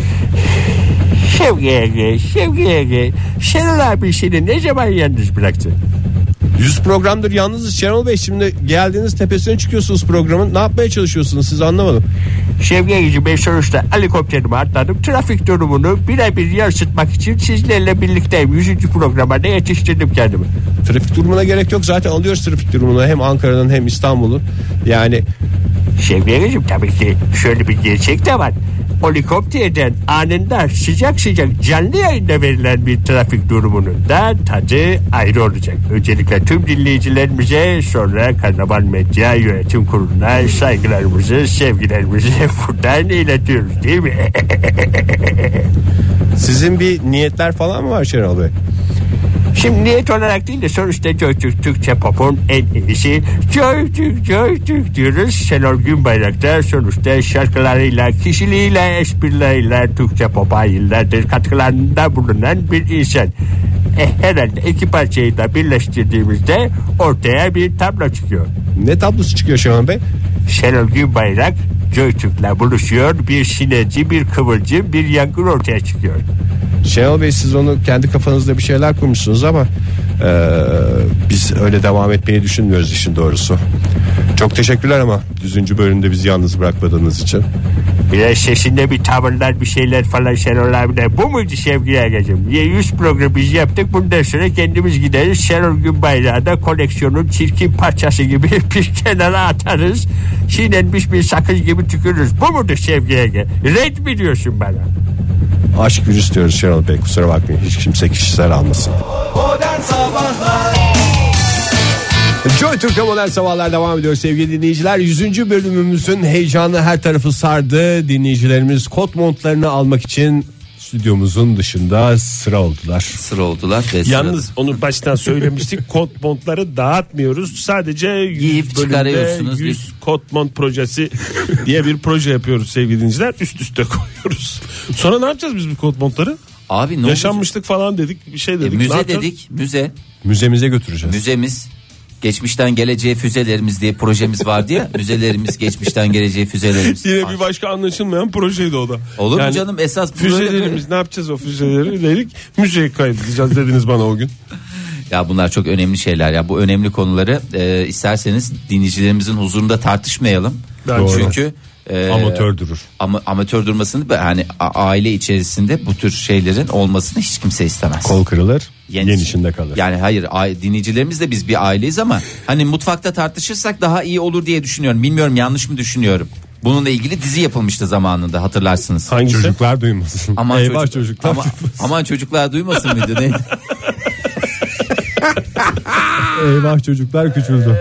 Şevki'ye, Şevki'ye, Şenol abi seni ne zaman yalnız bıraktı? yüz programdır yalnızız Şenol Bey. Şimdi geldiğiniz tepesine çıkıyorsunuz programın. Ne yapmaya çalışıyorsunuz siz, anlamadım. Şevki'ye, ben sonuçta helikopterime atladım. Trafik durumunu birebir yansıtmak için sizlerle birlikteyim. yüzüncü programa da yetiştirdim kendimi. Trafik durumuna gerek yok, zaten alıyoruz trafik durumunu. Hem Ankara'nın hem İstanbul'un. Yani Şevki'ye, tabii ki şöyle bir gerçek de var. Helikopterden anında sıcak sıcak canlı yayında verilen bir trafik durumunun da tadı ayrı olacak. Öncelikle tüm dinleyicilerimize, sonra Karnaval Medya Yönetim Kurulu'na saygılarımızı, sevgilerimizi buradan iletiyoruz, değil mi? sizin bir niyetler falan mı var Şenol Bey? Şimdi niyet olarak değil de sonuçta Joytürk Türkçe pop'un en iyisi. Joytürk, Joytürk diyoruz. Şenol Günbayrak'ta sonuçta şarkılarıyla, kişiliğiyle, esprileriyle Türkçe pop'a yıllardır katkılarında bulunan bir insan. E, herhalde iki parçayı da birleştirdiğimizde ortaya bir tablo çıkıyor. Ne tablosu çıkıyor Şenol Bey? Şenol Günbayrak Joytürk'le buluşuyor. Bir sinerji, bir kıvılcım, bir yangın ortaya çıkıyor. Şenol Bey, siz onu kendi kafanızda bir şeyler kurmuşsunuz ama e, biz öyle devam etmeyi düşünmüyoruz işin doğrusu. Çok teşekkürler ama yüzüncü bölümde bizi yalnız bırakmadığınız için. Biraz sesinde bir tavırlar, bir şeyler falan Şenol abine. Bu muydu sevgili Agacığım? yüz program biz yaptık, bundan sonra kendimiz gideriz. Şenol Günbayrak'ı da koleksiyonun çirkin parçası gibi bir kenara atarız. Çiğnenmiş bir sakız gibi tükürürüz. Bu mudur sevgili Aga? Red mi diyorsun bana? Aşk virüs diyoruz Şenol Bey, kusura bakmayın, hiç kimse kişisel almasın. Modern Sabahlar. Joy Türk'te Modern Sabahlar devam ediyor sevgili dinleyiciler. yüzüncü bölümümüzün heyecanı her tarafı sardı. Dinleyicilerimiz kot montlarını almak için stüdyomuzun dışında sıra oldular. Sıra oldular. Ve Yalnız sıra... onu baştan söylemiştik. Kot montları dağıtmıyoruz. Sadece Giyip yüz bölümde çıkarıyorsunuz. yüz kot mont projesi diye bir proje yapıyoruz sevgili dinleyiciler. Üst üste koyuyoruz. Sonra ne yapacağız biz bu kot montları? Abi ne Yaşanmışlık falan dedik, bir şey e, dedik. müze dedik, müze. Müzemize götüreceğiz. Müzemiz. Geçmişten geleceğe füzelerimiz diye projemiz vardı ya. Müzelerimiz, geçmişten geleceğe füzelerimiz. Yine bir başka anlaşılmayan projeydi o da. Olur yani mu canım, esas füzelerimiz, ne yapacağız o füzeleri dedik. Müzeye kaydedeceğiz dediniz bana o gün. Ya bunlar çok önemli şeyler ya. Bu önemli konuları e, isterseniz dinleyicilerimizin huzurunda tartışmayalım. Doğru. Çünkü e, Amatör durur. Ama amatör durmasını, hani a- aile içerisinde bu tür şeylerin olmasını hiç kimse istemez. Kol kırılır. Yen, Yen içinde kalır. Yani hayır, a- dinleyicilerimiz de biz bir aileyiz ama hani mutfakta tartışırsak daha iyi olur diye düşünüyorum. Bilmiyorum, yanlış mı düşünüyorum? Bununla ilgili dizi yapılmıştı zamanında, hatırlarsınız. Hangisi? Çocuklar duymasın. Aman Eyvah çocuk- çocuklar. Ama, aman çocuklar duymasın mıydı? Neydi? Eyvah çocuklar küçüldü.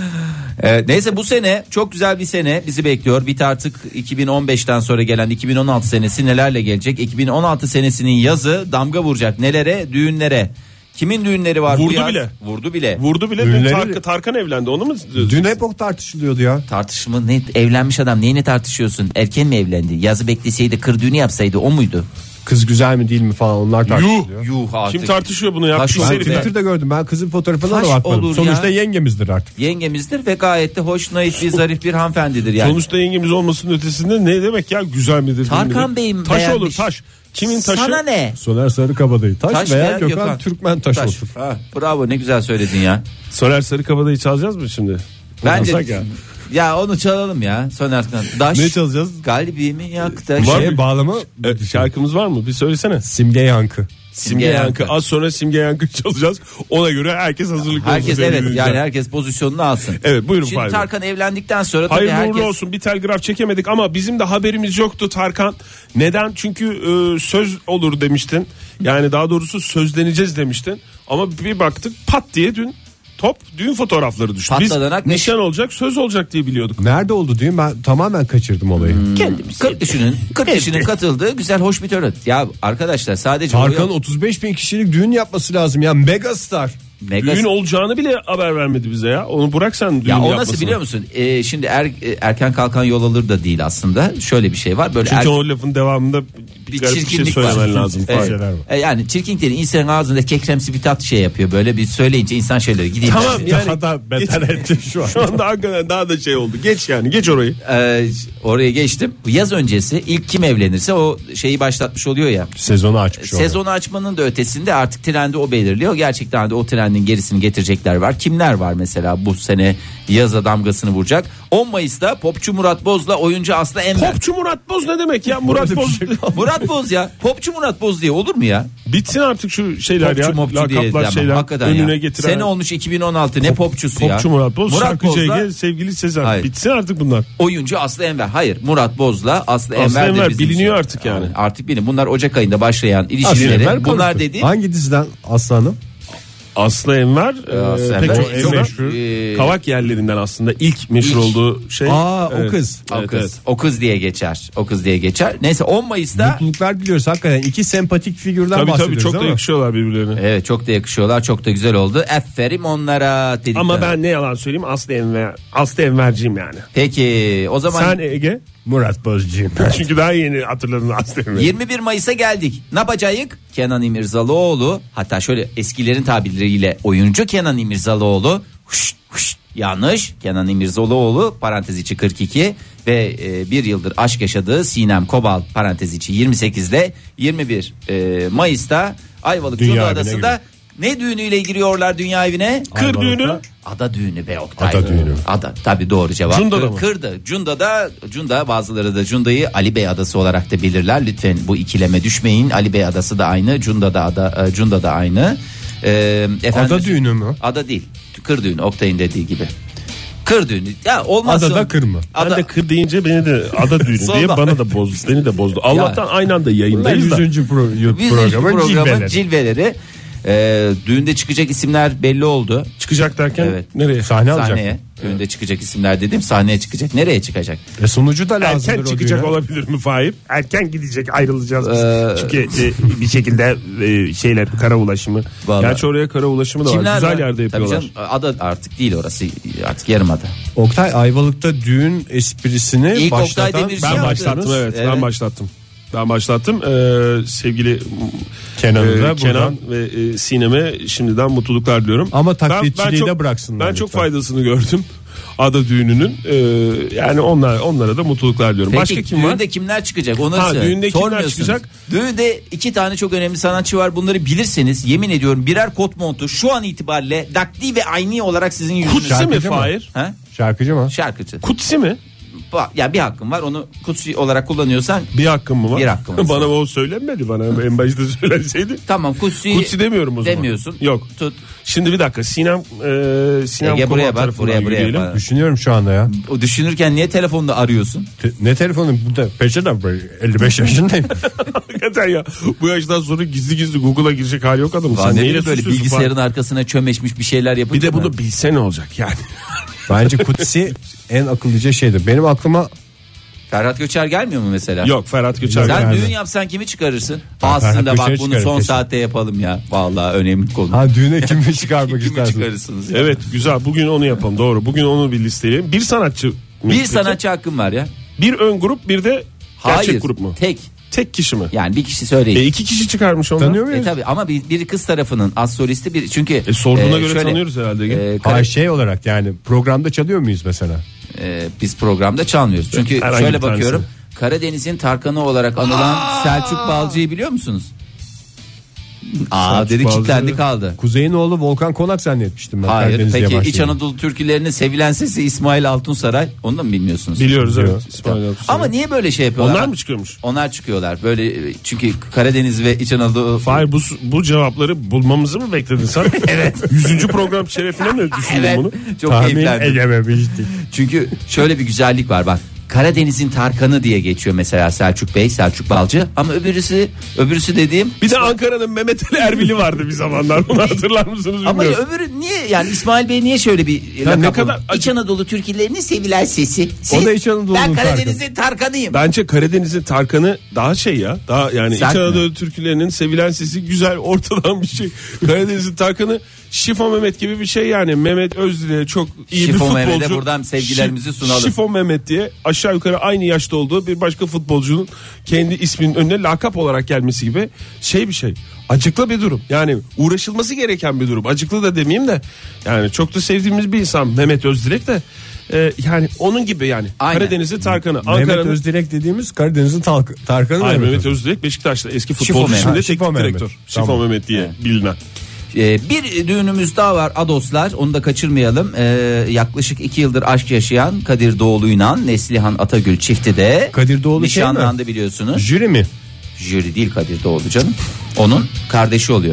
Ee, neyse, bu sene çok güzel bir sene bizi bekliyor. Bit artık iki bin on beşten sonra gelen iki bin on altı senesi nelerle gelecek? iki bin on altı senesinin yazı damga vuracak. Nelere? Düğünlere. Kimin düğünleri var Vurdu bu yaz? bile. Vurdu bile. Vurdu bile. Dün Ünleri- Tark- Tarkan evlendi, onu mu? Dün hep o tartışılıyordu ya. Tartışma ne? Evlenmiş adam neyine tartışıyorsun? Erken mi evlendi? Yazı bekleseydi, kır düğünü yapsaydı, o muydu? Kız güzel mi değil mi falan, onlar tartışılıyor. Yuh artık. Kim tartışıyor bunu ya? Taş Pis oldu Ben herif be. ya. Twitter'da gördüm, ben kızın fotoğrafına Taş da bakmadım. olur Sonuçta ya. yengemizdir artık. Yengemizdir ve gayet de hoş, naif bir, zarif bir hanımefendidir yani. Sonuçta yengemiz olmasının ötesinde ne demek ya, güzel midir? değil Tarkan midir? Bey'im Taş beğenmiş. olur, taş. Kimin taşı? Sana ne? Soner Sarıkabadayı taş, Taş veya, veya Gökhan, Gökhan Türkmen taş, Taş. olsun. Ha, bravo, ne güzel söyledin ya. Soner Sarıkabadayı çalacağız mı şimdi? Bence Çalsak ya. ya. onu çalalım ya, Soner Kan. Daş, Ne çalacağız? Kalbimi yaktı. Var Şey mı? bağlama E, şarkımız var mı? Bir söylesene. Simge Yankı. Simge Yankı. Az sonra Simge Yankı çalacağız. Ona göre herkes hazırlıklı olsun. Herkes, sevgili evet, dinleyiciler. yani herkes pozisyonunu alsın. Evet, buyurun Şimdi Fahri Bey. Tarkan evlendikten sonra tabii Hayırlı herkes... uğurlu olsun. Bir telgraf çekemedik ama bizim de haberimiz yoktu Tarkan. Neden? Çünkü e, söz olur demiştin. Yani daha doğrusu sözleneceğiz demiştin. Ama bir baktık pat diye dün top düğün fotoğrafları düştü. Biz Patladanak ne- nişan olacak, söz olacak diye biliyorduk. Nerede oldu düğün, ben tamamen kaçırdım olayı. kırk kişinin kırk kişinin katıldığı güzel, hoş bir tören. Ya arkadaşlar, sadece Tarkan'ın o- otuz beş bin kişilik düğün yapması lazım ya, megastar. Mega- Düğün olacağını bile haber vermedi bize ya. Onu bırak sen düğün Ya o yapmasını. nasıl biliyor musun? Ee, şimdi er, e, erken kalkan yol alır da değil aslında. Şöyle bir şey var. Böyle Çünkü er- o lafın devamında bir, bir garip bir şey çirkinlik söylemen var. lazım. Evet. Fahri. Şeyler var. E, yani çirkinlikleri insanın ağzında kekremsi bir tat şey yapıyor. Böyle bir söyleyince insan şeyleri gideyim. Tamam ben- yani. Daha da beter etti şu an. Şu anda hakikaten daha da şey oldu. Geç yani, geç orayı. Ee, oraya geçtim. Yaz öncesi ilk kim evlenirse o şeyi başlatmış oluyor ya. Sezonu açmış orada. Sezonu açmanın da ötesinde artık trendi o belirliyor. Gerçekten de o trendin gerisini getirecekler var. Kimler var mesela bu sene yaza damgasını vuracak? on Mayıs'ta popçu Murat Boz'la oyuncu Aslı Enver. Popçu Murat Boz ne demek ya? Murat Boz. Murat Boz ya. Popçu Murat Boz diye olur mu ya? Bitsin artık şu şeyler Popçu ya. mopçu diye. Lakaplar Ama şeyler hakikaten önüne ya. getiren. Sene olmuş iki bin on altı, ne popçusu ya. Popçu Murat Boz, Murat şarkıcı Boz'la Ege, sevgili Sezen. Hayır. Bitsin artık bunlar. oyuncu Aslı Enver. Hayır, Murat Boz'la Aslı, Aslı Enver de Enver bizim biliniyor için. artık yani. Artık bilin. Bunlar Ocak ayında başlayan Aslı ilişkileri. Enver Bunlar konuştu. dedi. Hangi diziden Aslı Hanım? Aslı Enver, Aslı e, Enver pek çok çok meşhur. meşhur. Kavak yerlerinden aslında ilk meşhur İlk. olduğu şey. Aa, o Evet. kız. O Evet, kız. evet. O kız diye geçer. O kız diye geçer. Neyse on Mayıs'ta Mutluluklar diliyoruz hakikaten. İki sempatik figürden Tabii bahsediyoruz tabii çok da ama. yakışıyorlar birbirlerine. evet, çok da yakışıyorlar. Çok da güzel oldu. Aferin onlara dedik. Ama ben ne yalan söyleyeyim, Aslı Enver, Aslı Enver'ciyim yani. Peki o zaman Sen Ege? Murat Bozcuğum. Çünkü daha yeni hatırladın Aslı Enver'i. yirmi bir Mayıs'a geldik. Ne yapacağız? Kenan İmirzalıoğlu, hatta şöyle eskilerin tabirleriyle oyuncu Kenan İmirzalıoğlu, huş, huş, yanlış, Kenan İmirzalıoğlu parantez içi kırk iki ve e, bir yıldır aşk yaşadığı Sinem Kobal parantez içi yirmi sekizde yirmi bir e, Mayıs'ta Ayvalık Dünya Cunda evine Adası'nda ne düğünüyle giriyorlar dünya evine? Kır düğünü. Ada düğünü be Oktay. Ada düğünü. Ada tabii doğru cevap. Cunda'da Kır- mı? Kırdı. Cunda'da, Cunda, bazıları da Cunda'yı Ali Bey Adası olarak da bilirler. Lütfen bu ikileme düşmeyin. Ali Bey Adası da aynı, Cunda'da ada, e, Cunda da aynı. Ee, efendim, Ada düğünü mü? Ada değil. Kır düğünü, Oktay'ın dediği gibi. Kır düğünü. Ya olmazsa Adada kır mı? Ben Ada, de kır deyince beni de ada düğünü diye Sonra- bana da bozdu. Beni de bozdu. Allah'tan aynı anda yayındayız da. yüzüncü pro, Yüzüncü programın, programın cilveleri. cilveleri. Ee, düğünde çıkacak isimler belli oldu. Çıkacak derken Evet. nereye? Sahne alacak. Sahneye. Düğünde çıkacak isimler dedim, sahneye çıkacak. Nereye çıkacak? E sonucu da lazımdır Erken o çıkacak düğüne. olabilir mi Fahir? Erken gidecek, ayrılacağız biz. Ee, Çünkü e, bir şekilde e, şeyler, kara ulaşımı. Vallahi. Gerçi oraya kara ulaşımı da var. Kimler Güzel var? yerde Tabii yapıyorlar. canım, ada artık değil orası, artık yarım ada. Oktay Ayvalık'ta düğün esprisini İlk Oktay başlatan Demirci Ben yaptı. başlattım evet, Evet. ben başlattım. Ben başlattım. Ee, sevgili Kenan'ı e, da Kenan buradan. ve e, Sinem'e şimdiden mutluluklar diliyorum. Ama Ben- taklitçiliği ben çok- de bıraksınlar Ben çok lütfen. faydasını gördüm. Ada düğününün. Ee, yani onlar onlara da mutluluklar diliyorum. Peki Başka kim var? düğünde kimler çıkacak? Onu Ha, söyle. düğünde kimler Sormuyorsunuz. çıkacak? Düğünde iki tane çok önemli sanatçı var. Bunları bilirseniz yemin ediyorum birer kot montu şu an itibariyle dakti ve ayni olarak sizin yüzünüze. Kutsi mi Şarkıcı mı? Fahir? Ha? Şarkıcı mı? Şarkıcı. Kutsi mi? ba- ya bir hakkın var, onu kutsi olarak kullanıyorsan Bir hakkım mı var? Bir hakkım var. Bana o söylenmedi, bana en başta söylenseydi. tamam kutsi, Kutsi demiyorum o zaman. demiyorsun. Yok. Tut. Şimdi bir dakika Sinem e, Sinem Ege buraya Koma bak, tarafından buraya, buraya yürüyelim. bak. Düşünüyorum şu anda ya. O düşünürken niye telefonda arıyorsun? Te- ne telefonu burada? Peşeden böyle elli beş yaşındayım. Hakikaten ya, bu yaştan sonra gizli gizli Google'a girecek hali yok adamın. Sen Sen neyle böyle suçluyorsun bilgisayarın falan? arkasına çömeşmiş bir şeyler yapınca. Bir de mı? bunu bilse ne olacak yani? Bence kutsi en akıllıca şeydir. Benim aklıma Ferhat Göçer gelmiyor mu mesela? Yok, Ferhat Göçer. Yok, Sen yani. düğün yapsan kimi çıkarırsın? Ben Aslında Ferhat bak Göçer'i bunu çıkarım son kesin. saatte yapalım ya. Vallahi önemli konu. ha düğüne kimi çıkarmak Kimi istersin? çıkarırsınız ya? Evet, güzel, bugün onu yapalım, doğru. Bugün onu bir listeleyelim. Bir sanatçı mı Bir peki? sanatçı hakkım var ya. Bir ön grup, bir de gerçek Hayır. grup mu? Tek. Tek kişi mi? Yani bir kişi söyleyin. E iki kişi çıkarmış onlar. Tanıyor E muyuz? tabi ama bir, bir kız tarafının az solisti bir çünkü E sorduğuna e, göre şöyle, tanıyoruz herhalde. e, kara- Hayır, şey olarak yani programda çalıyor muyuz mesela? e, biz programda çalmıyoruz. Çünkü Herhangi şöyle bir tanesi. bakıyorum. Karadeniz'in Tarkanı olarak anılan Selçuk Balcı'yı biliyor musunuz? Aa Selçuk dedi Balcı. kilitlendi kaldı. Kuzey'in oğlu Volkan Konak zannetmiştim ben. Hayır. Karadeniz diye Peki İç başlayayım. Anadolu türkülerinin sevilen sesi İsmail Altunsaray. Onu da mı bilmiyorsunuz? Biliyoruz, Biliyor. evet. İsmail Altunsaray. Ama niye böyle şey yapıyorlar? Onlar mı çıkıyormuş? Onlar çıkıyorlar. Böyle çünkü Karadeniz ve İç Anadolu. Fahir, bu, bu cevapları bulmamızı mı bekledin sen? Evet. Yüzüncü program şerefine mi düşündün Evet. bunu? Çok Tahmin keyiflendim. edememiştik. Çünkü şöyle bir güzellik var bak. Karadeniz'in Tarkanı diye geçiyor mesela Selçuk Bey, Selçuk Balcı. Ama öbürüsü, öbürüsü dediğim. Bir de Ankara'nın Mehmet Ali Erbil'i vardı bir zamanlar. Onu hatırlar mısınız Ama bilmiyorum. öbürü niye yani İsmail Bey niye şöyle bir lakap ne oldu? kadar İç Anadolu türkülerinin sevilen sesi. Siz, O da İç Anadolu'nun ben Tarkanı. Karadeniz'in Tarkanıyım. Bence Karadeniz'in Tarkan'ı daha şey ya. Daha yani Sert İç mi? Anadolu türkülerinin sevilen sesi güzel, ortadan bir şey. Karadeniz'in Tarkan'ı Şifo Mehmet gibi bir şey yani. Mehmet Özdil'e çok iyi Şifo bir futbolcu. Mehmet'e buradan sevgilerimizi Şi- sunalım. Şifo Mehmet diye aşağı yukarı aynı yaşta olduğu bir başka futbolcunun kendi isminin önüne lakap olarak gelmesi gibi şey bir şey. Acıklı bir durum. Yani uğraşılması gereken bir durum. Acıklı da demeyeyim de yani çok da sevdiğimiz bir insan Mehmet Özdilek de e, yani onun gibi yani. Aynen. Karadeniz'in Tarkan'ı. Mehmet Ankara'nın Özdirek dediğimiz Karadeniz'in Talk- Tarkan'ı. Hayır, Mehmet Mehmet Özdirek. Özdilek Beşiktaş'ta eski Şifo futbolcu, Mehmet. şimdi Ha, teknik Şifo Mehmet. direktör. Şifo Tamam. Mehmet diye Evet. bilinen. Ee, bir düğünümüz daha var Adoslar, onu da kaçırmayalım. Ee, yaklaşık iki yıldır aşk yaşayan Kadir Doğulu'yla Neslihan Atagül çifti de Kadir Doğulu şey mi? nişanlandı biliyorsunuz. Jüri mi? Jüri değil Kadir Doğulu canım. Onun kardeşi oluyor.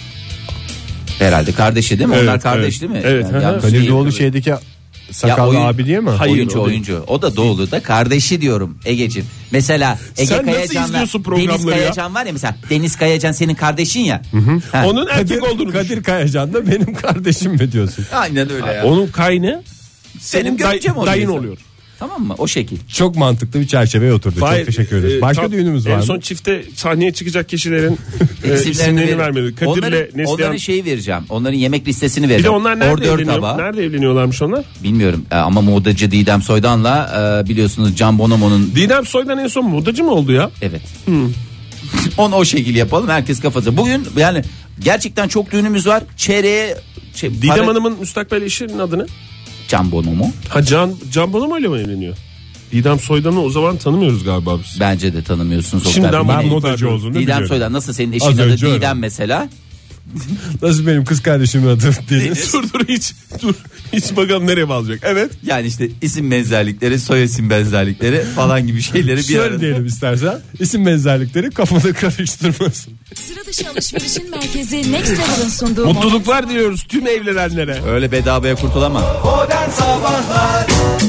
Herhalde kardeşi değil mi? Evet, Onlar kardeş evet. değil mi? Evet, Yani hı hı. yanlış Kadir değil. Doğulu şeydeki sakallı oyun- abi diye mi? Hayır, oyuncu o değil. oyuncu. O da Doğulu da kardeşi diyorum Egeciğim. Mesela Ege Sen nasıl Kayacan'la izliyorsun Deniz programları ya? Kayacan var ya mesela. Deniz Kayacan senin kardeşin ya. Ha. Onun erkek Kadir, olduğunu Kadir Kayacan da benim kardeşim mi diyorsun? Aynen öyle ya. Onun kaynı Senin senin görümce mi day- oluyor? dayın oluyor. Tamam mı? O şekil. Çok mantıklı bir çerçeveye oturdu. Fahir, Çok teşekkür ederiz. e, Başka tam düğünümüz var En mı? son çifte sahneye çıkacak kişilerin e, İsimlerini isimlerini verin. vermedi. Kadir'le Onların, Neslihan. onların şeyi vereceğim. Onların yemek listesini Bir vereceğim. de onlar nerede Ordör evleniyor? tabağı. Nerede evleniyorlarmış onlar? Bilmiyorum e, ama modacı Didem Soydan'la e, biliyorsunuz Can Bonomo'nun Didem Soydan en son modacı mı oldu ya? evet. Onu o şekil yapalım. Herkes kafası. Bugün yani gerçekten çok düğünümüz var. Çeyreğe şey, Didem para- Hanım'ın müstakbel eşinin adı ne? Can Bonomo. Ha Can, Can Bonomo ile mi evleniyor? Didem Soydan'ı o zaman tanımıyoruz galiba biz. Bence de tanımıyorsunuz. o Şimdiden kadar. ben Yine- modacı olduğunu Didem biliyorum. Soydan nasıl senin eşin Az adı önce öyle. Didem mesela. Nasıl benim kız kardeşimin adı Deniz? dur dur hiç dur hiç bakalım nereye bağlayacak. Evet. Yani işte isim benzerlikleri, soy isim benzerlikleri falan gibi şeyleri bir Şöyle arada. diyelim istersen. İsim benzerlikleri kafada karıştırmasın. Sıra dışı alışverişin merkezi Next Level'ın sunduğu Mutluluklar diliyoruz tüm evlenenlere. Öyle bedavaya kurtulamam. Modern Sabahlar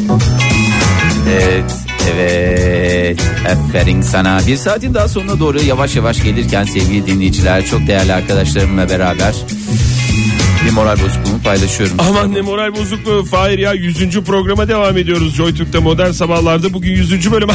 Evet, evet. Aferin sana. Bir saatin daha sonuna doğru yavaş yavaş gelirken sevgili dinleyiciler, çok değerli arkadaşlarımla beraber bir moral bozukluğumu paylaşıyorum. Aman ne moral bozukluğu Fahir ya, yüzüncü programa devam ediyoruz Joy Türk'te Modern Sabahlar'da, bugün yüzüncü bölüm.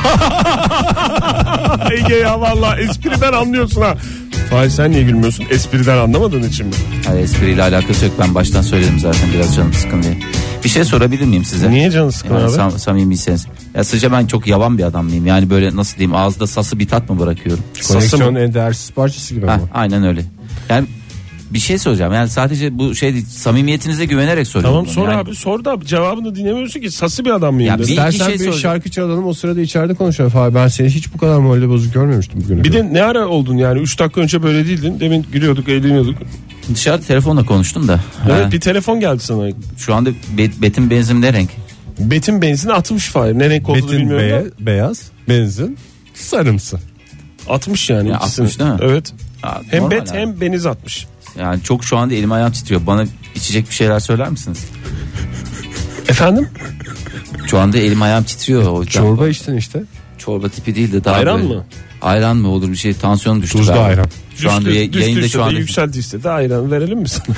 Ege ya valla espriden anlıyorsun ha. Fahir sen niye gülmüyorsun, espriden anlamadığın için mi? Hayır, espriyle alakası yok, ben baştan söyledim zaten biraz canım sıkın diye. Bir şey sorabilir miyim size? Niye canın sıkın Yani abi? sam- samimiyseniz. Ya sizce ben çok yavan bir adam mıyım? Yani böyle nasıl diyeyim, ağızda sası bir tat mı bırakıyorum? Koleksiyonun en değersiz parçası gibi Ha, ama. aynen öyle. Yani bir şey soracağım. Yani sadece bu şey değil, samimiyetinize güvenerek soruyorum. Tamam bunu. sor Yani abi, sor da cevabını dinlemiyorsun ki, sası bir adam mıyım Ya dedi. bir- İstersen şey bir soracağım. şarkı çalalım, o sırada içeride konuşalım. Abi ben seni hiç bu kadar moralle bozuk görmemiştim bugüne Bir kadar. de ne ara oldun yani, üç dakika önce böyle değildin, demin gülüyorduk eğleniyorduk. dışarıda telefonla konuştum da. Evet Ha, bir telefon geldi sana. şu anda bet, betim benzin ne renk? Betin benzin atmış Fahir. Ne renk olduğunu Betin bilmiyorum beye- da. beyaz, benzin sarımsı. Atmış yani Ya ikisini. atmış değil mi? Evet. Ha, Hem normal bet abi. hem beniz atmış. Yani çok şu anda elim ayağım titriyor. Bana içecek bir şeyler söyler misiniz? Efendim? Şu anda elim ayağım titriyor. O yüzden Çorba içtin işte. çorba tipi değil de daha Ayran böyle- mı? Ayran mı olur bir şey, tansiyon düştü. Tuzlu galiba. ayran. Şu anda Düştü- ya- yayında düştüyse şu de anda. yükseldi işte de ayran verelim mi sana?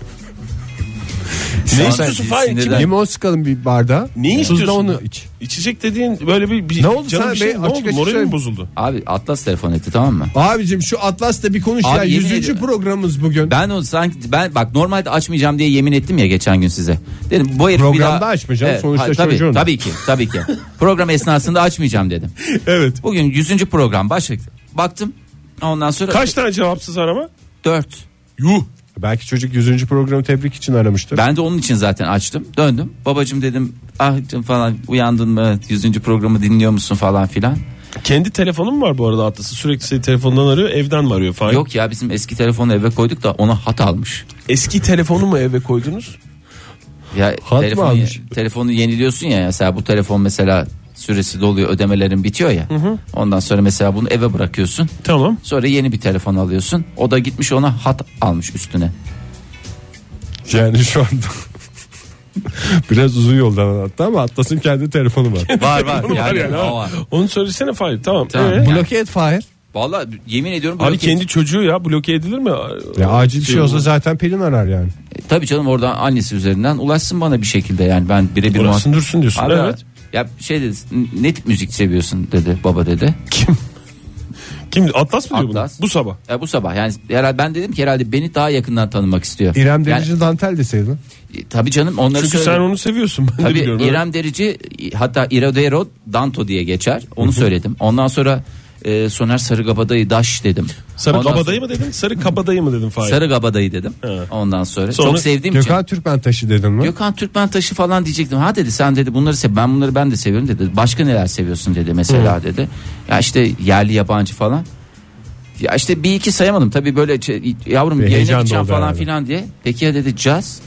Şu Ne anda istiyorsun Fahir? sinirden- Limon sıkalım bir bardağa. Ne Tuzla istiyorsun? onu da? iç. İçecek dediğin böyle bir, bir Ne oldu canım sana bir şey, be? ne Açık oldu? açık Moralim söyle. mi bozuldu? Abi Atlas telefon etti, tamam mı? Abicim şu Atlas'ta bir konuş Abi ya. yemin Yüzüncü ediyorum. programımız bugün. Ben o sanki ben bak normalde açmayacağım diye yemin ettim ya geçen gün size. Dedim bu herif bir Programda daha açmayacağım, sonuçta ha, tabii, çocuğun. tabii ki tabii ki. Program esnasında açmayacağım dedim. Evet. Bugün yüzüncü program başladı. Baktım ondan sonra Kaç tane cevapsız arama? dört. Yuh. Belki çocuk yüzüncü programı tebrik için aramıştır. Ben de onun için zaten açtım. Döndüm. Babacım dedim, ah canım falan, uyandın mı? yüzüncü programı dinliyor musun falan filan. Kendi telefonun mu var bu arada Atlas'ı? Sürekli seni telefondan arıyor, evden mi arıyor Fahir? Yok ya, bizim eski telefonu eve koyduk da ona hat almış. Eski telefonu mu eve koydunuz? Ya Hat mı telefonu, almış? telefonu yeniliyorsun ya, mesela bu telefon mesela süresi doluyor, ödemelerin bitiyor ya. Hı hı. Ondan sonra mesela bunu eve bırakıyorsun. Tamam. Sonra yeni bir telefon alıyorsun. O da gitmiş ona hat almış üstüne. Yani şu anda biraz uzun yoldan anlattı ama Atlas'ın kendi telefonu var. Var var Var yani, yani, o ha. var. Onu söylesene Fahir. Tamam. Tamam. Ee? Bloke et Fahir. Vallahi yemin ediyorum. Abi bloke- kendi çocuğu ya, bloke edilir mi? Ya acil bir şey olsa zaten Pelin arar yani. E, tabii canım, oradan annesi üzerinden ulaşsın bana bir şekilde, yani ben birebir Uğraşsın muhat- dursun diyorsun. Abi, Evet. Ya şey dedi, ne tip müzik seviyorsun dedi baba dedi. Kim? Kim? Atlas mı diyor bunu? Atlas. Bu sabah. Ya bu sabah yani herhalde ben dedim ki herhalde beni daha yakından tanımak istiyor. İrem Yani, Derici dantel deseydin. e, tabii canım onları Çünkü söyledim. sen onu seviyorsun. Ben de Tabii biliyorum. İrem Derici, hatta Irodero Danto diye geçer. Onu söyledim. Ondan sonra e, Soner Sarıgabadayı Daş dedim. Sarı Ondan kabadayı mı dedin? Sarı kabadayı mı dedin Fahir? Sarıgabadayı dedim. He. Ondan sonra, Sonra çok sevdiğim için. Gökhan Türkmen taşı dedin mi? Gökhan Türkmen taşı falan diyecektim. Ha dedi, sen dedi bunları sev, ben bunları ben de seviyorum dedi. Başka neler seviyorsun dedi mesela dedi. Ya işte yerli yabancı falan. Ya işte bir iki sayamadım tabii, böyle ç- yavrum Bir yayına heyecan gideceğim doldu falan herhalde. filan diye. Peki ya dedi, caz.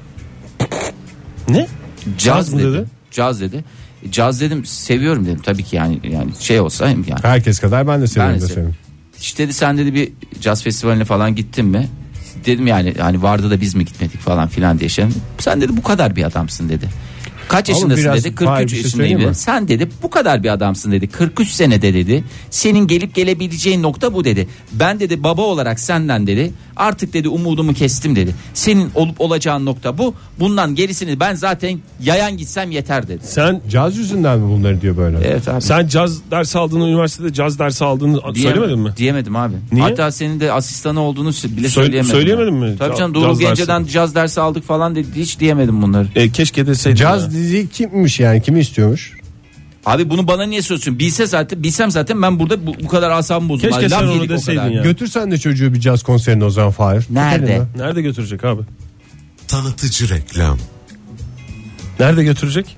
Ne? Caz Caz mı dedi. dedi? Caz dedi. E, Caz dedim, seviyorum dedim tabii ki, yani yani şey olsa yani. Herkes kadar ben de seviyorum Ben de da seviyorum. senin. İşte dedi, sen dedi bir caz festivaline falan gittin mi? Dedim yani hani vardı da biz mi gitmedik falan filan diye şey. Sen dedi bu kadar bir adamsın dedi. Kaç Ama yaşındasın biraz- dedi. Hayır, kırk üç bir şey yaşındayım söyleyeyim dedi. mi? Sen dedi bu kadar bir adamsın dedi. kırk üç senede dedi. Senin gelip gelebileceğin nokta bu dedi. Ben dedi baba olarak senden dedi artık dedi umudumu kestim dedi. Senin olup olacağın nokta bu. Bundan gerisini ben zaten yayan gitsem yeter dedi. Sen Caz yüzünden mi bunları diyor böyle? Evet abi. sen caz dersi aldığını, üniversitede caz dersi aldığını Diyem- söylemedin mi? Diyemedim abi. Niye? Hatta senin de asistanı olduğunu bile Söyle- söyleyemedim. söyleyemedin yani. mi? Tabii Ca- canım, caz Doğru dersi. Gence'den caz dersi aldık falan dedi. Hiç diyemedim bunları. E, keşke deseydin. Caz ya. dizi kimmiş yani, kimi istiyormuş? Abi bunu bana niye soruyorsun? Bilse zaten, bilsem zaten ben burada bu, bu kadar asabım bozulmaz. Keşke sen Laf onu yedik o deseydin kadar. ya. Götürsen de çocuğu bir caz konserine o zaman Fahir. Nerede? Gidelim mi? Nerede götürecek abi? Tanıtıcı reklam. Nerede götürecek?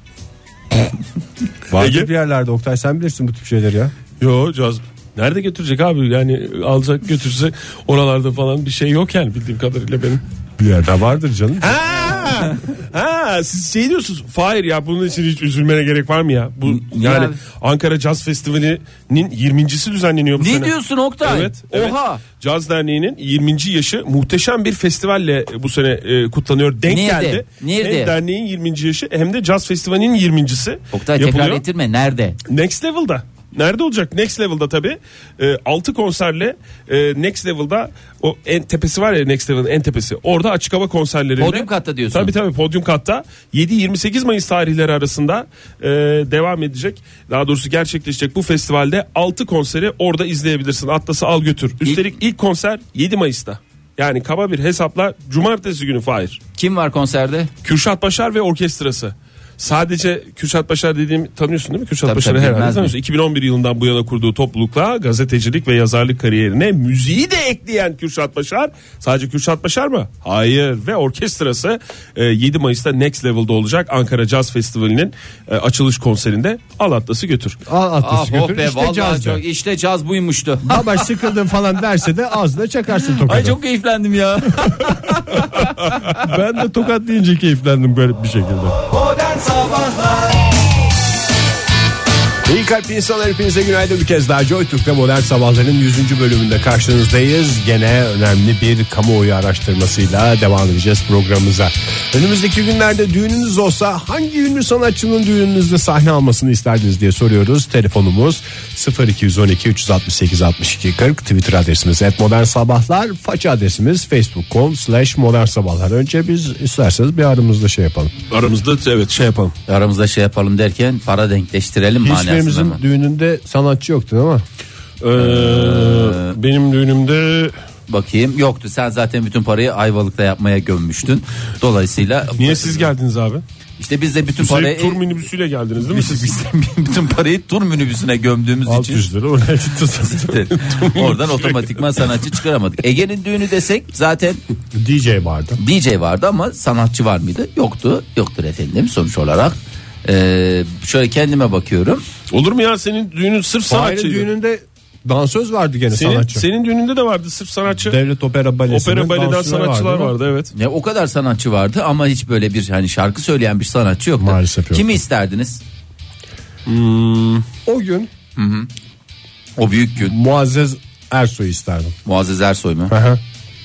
Vardır Ege? bir yerlerde, Oktay sen bilirsin bu tip şeyleri ya. Yo, caz. Nerede götürecek abi? Yani alacak götürse oralarda falan bir şey yok yani, bildiğim kadarıyla benim. Bir yerde vardır canım. Ha, ha siz şey diyorsunuz. Fahir ya, bunun için hiç üzülmene gerek var mı ya? Bu Niye yani abi? Ankara Caz Festivali'nin yirmincisi düzenleniyor bu Ne sene. diyorsun Oktay? Evet, evet. Oha. Caz Derneği'nin yirminci yaşı muhteşem bir festivalle bu sene e, kutlanıyor. Denk Nerede? geldi. Nerede? Hem derneğin yirminci yaşı hem de Caz Festivali'nin yirmincisi Oktay yapılıyor. tekrar ettirme, nerede? Next Level'da. Nerede olacak? Next Level'da tabii. E, altı konserle e, Next Level'da, o en tepesi var ya, Next Level'ın en tepesi. Orada açık hava konserlerinde. Podyum katta diyorsun. Tabii tabii, podyum katta. yedi yirmi sekiz Mayıs tarihleri arasında e, devam edecek. Daha doğrusu gerçekleşecek bu festivalde altı konseri orada izleyebilirsin. Atlas'ı al götür. Üstelik ilk, ilk konser yedi Mayıs'ta. Yani kaba bir hesapla cumartesi günü Fahir. Kim var konserde? Kürşat Başar ve orkestrası. Sadece Kürşat Başar dediğimi tanıyorsun değil mi? Kürşat Tabii, Başar'ı tabii, herhalde bilmez tanıyorsun. iki bin on bir yılından bu yana kurduğu toplulukla gazetecilik ve yazarlık kariyerine müziği de ekleyen Kürşat Başar. Sadece Kürşat Başar mı? Hayır. Ve orkestrası e, yedi Mayıs'ta Next Level'da olacak Ankara Caz Festivali'nin e, açılış konserinde. Al Atlas'ı götür. Al Atlas'ı Ah oh götür, be, işte vallahi caz de. çok, işte caz buymuştu. Baba sıkıldın falan derse de ağzına çakarsın tokadı. Ay çok keyiflendim ya. Ben de tokat deyince keyiflendim böyle bir şekilde. Modern Sabahlar İyi kalp insanlar, hepinize günaydın bir kez daha. Joy Türk'te Modern Sabahların yüzüncü bölümünde karşınızdayız. Gene önemli bir kamuoyu araştırmasıyla devam edeceğiz programımıza. Önümüzdeki günlerde düğününüz olsa hangi ünlü sanatçının düğününüzde sahne almasını isterdiniz diye soruyoruz. Telefonumuz sıfır iki on iki üç altı sekiz altmış iki kırk, Twitter adresimiz et modern sabahlar, faça adresimiz facebook nokta com slash modern sabahlar. Önce biz isterseniz bir aramızda şey yapalım. Aramızda evet şey yapalım. Aramızda şey yapalım derken para denkleştirelim manasında. Hiçbirimizin düğününde sanatçı yoktu ama. Ee, ee, benim düğünümde bakayım yoktu. Sen zaten bütün parayı Ayvalık'ta yapmaya gömmüştün. Dolayısıyla niye siz geldiniz abi? İşte biz de bütün Üstelik parayı tur minibüsüyle geldiniz değil mi siz? Biz de bütün parayı tur minibüsüne gömdüğümüz altı yüz için lira oraya gitti. oradan otomatikman sanatçı çıkaramadık. Ege'nin düğünü desek zaten D J vardı. D J vardı ama sanatçı var mıydı? Yoktu. Yoktur efendim sonuç olarak. Ee, şöyle kendime bakıyorum. Olur mu ya, senin düğünün sırf sanatçıydı. Fahir'in düğününde dansöz vardı gene senin, sanatçı. Senin düğününde de vardı sırf sanatçı. Devlet Opera Balesi'nin Opera baleden sanatçılar vardı, vardı evet. Ne o kadar sanatçı vardı ama hiç böyle bir hani şarkı söyleyen bir sanatçı yoktu. Maalesef yoktu. Kimi isterdiniz? Hmm. O gün Hı hı. O büyük gün. Muazzez Ersoy'u isterdim. Muazzez Ersoy mu? Aha.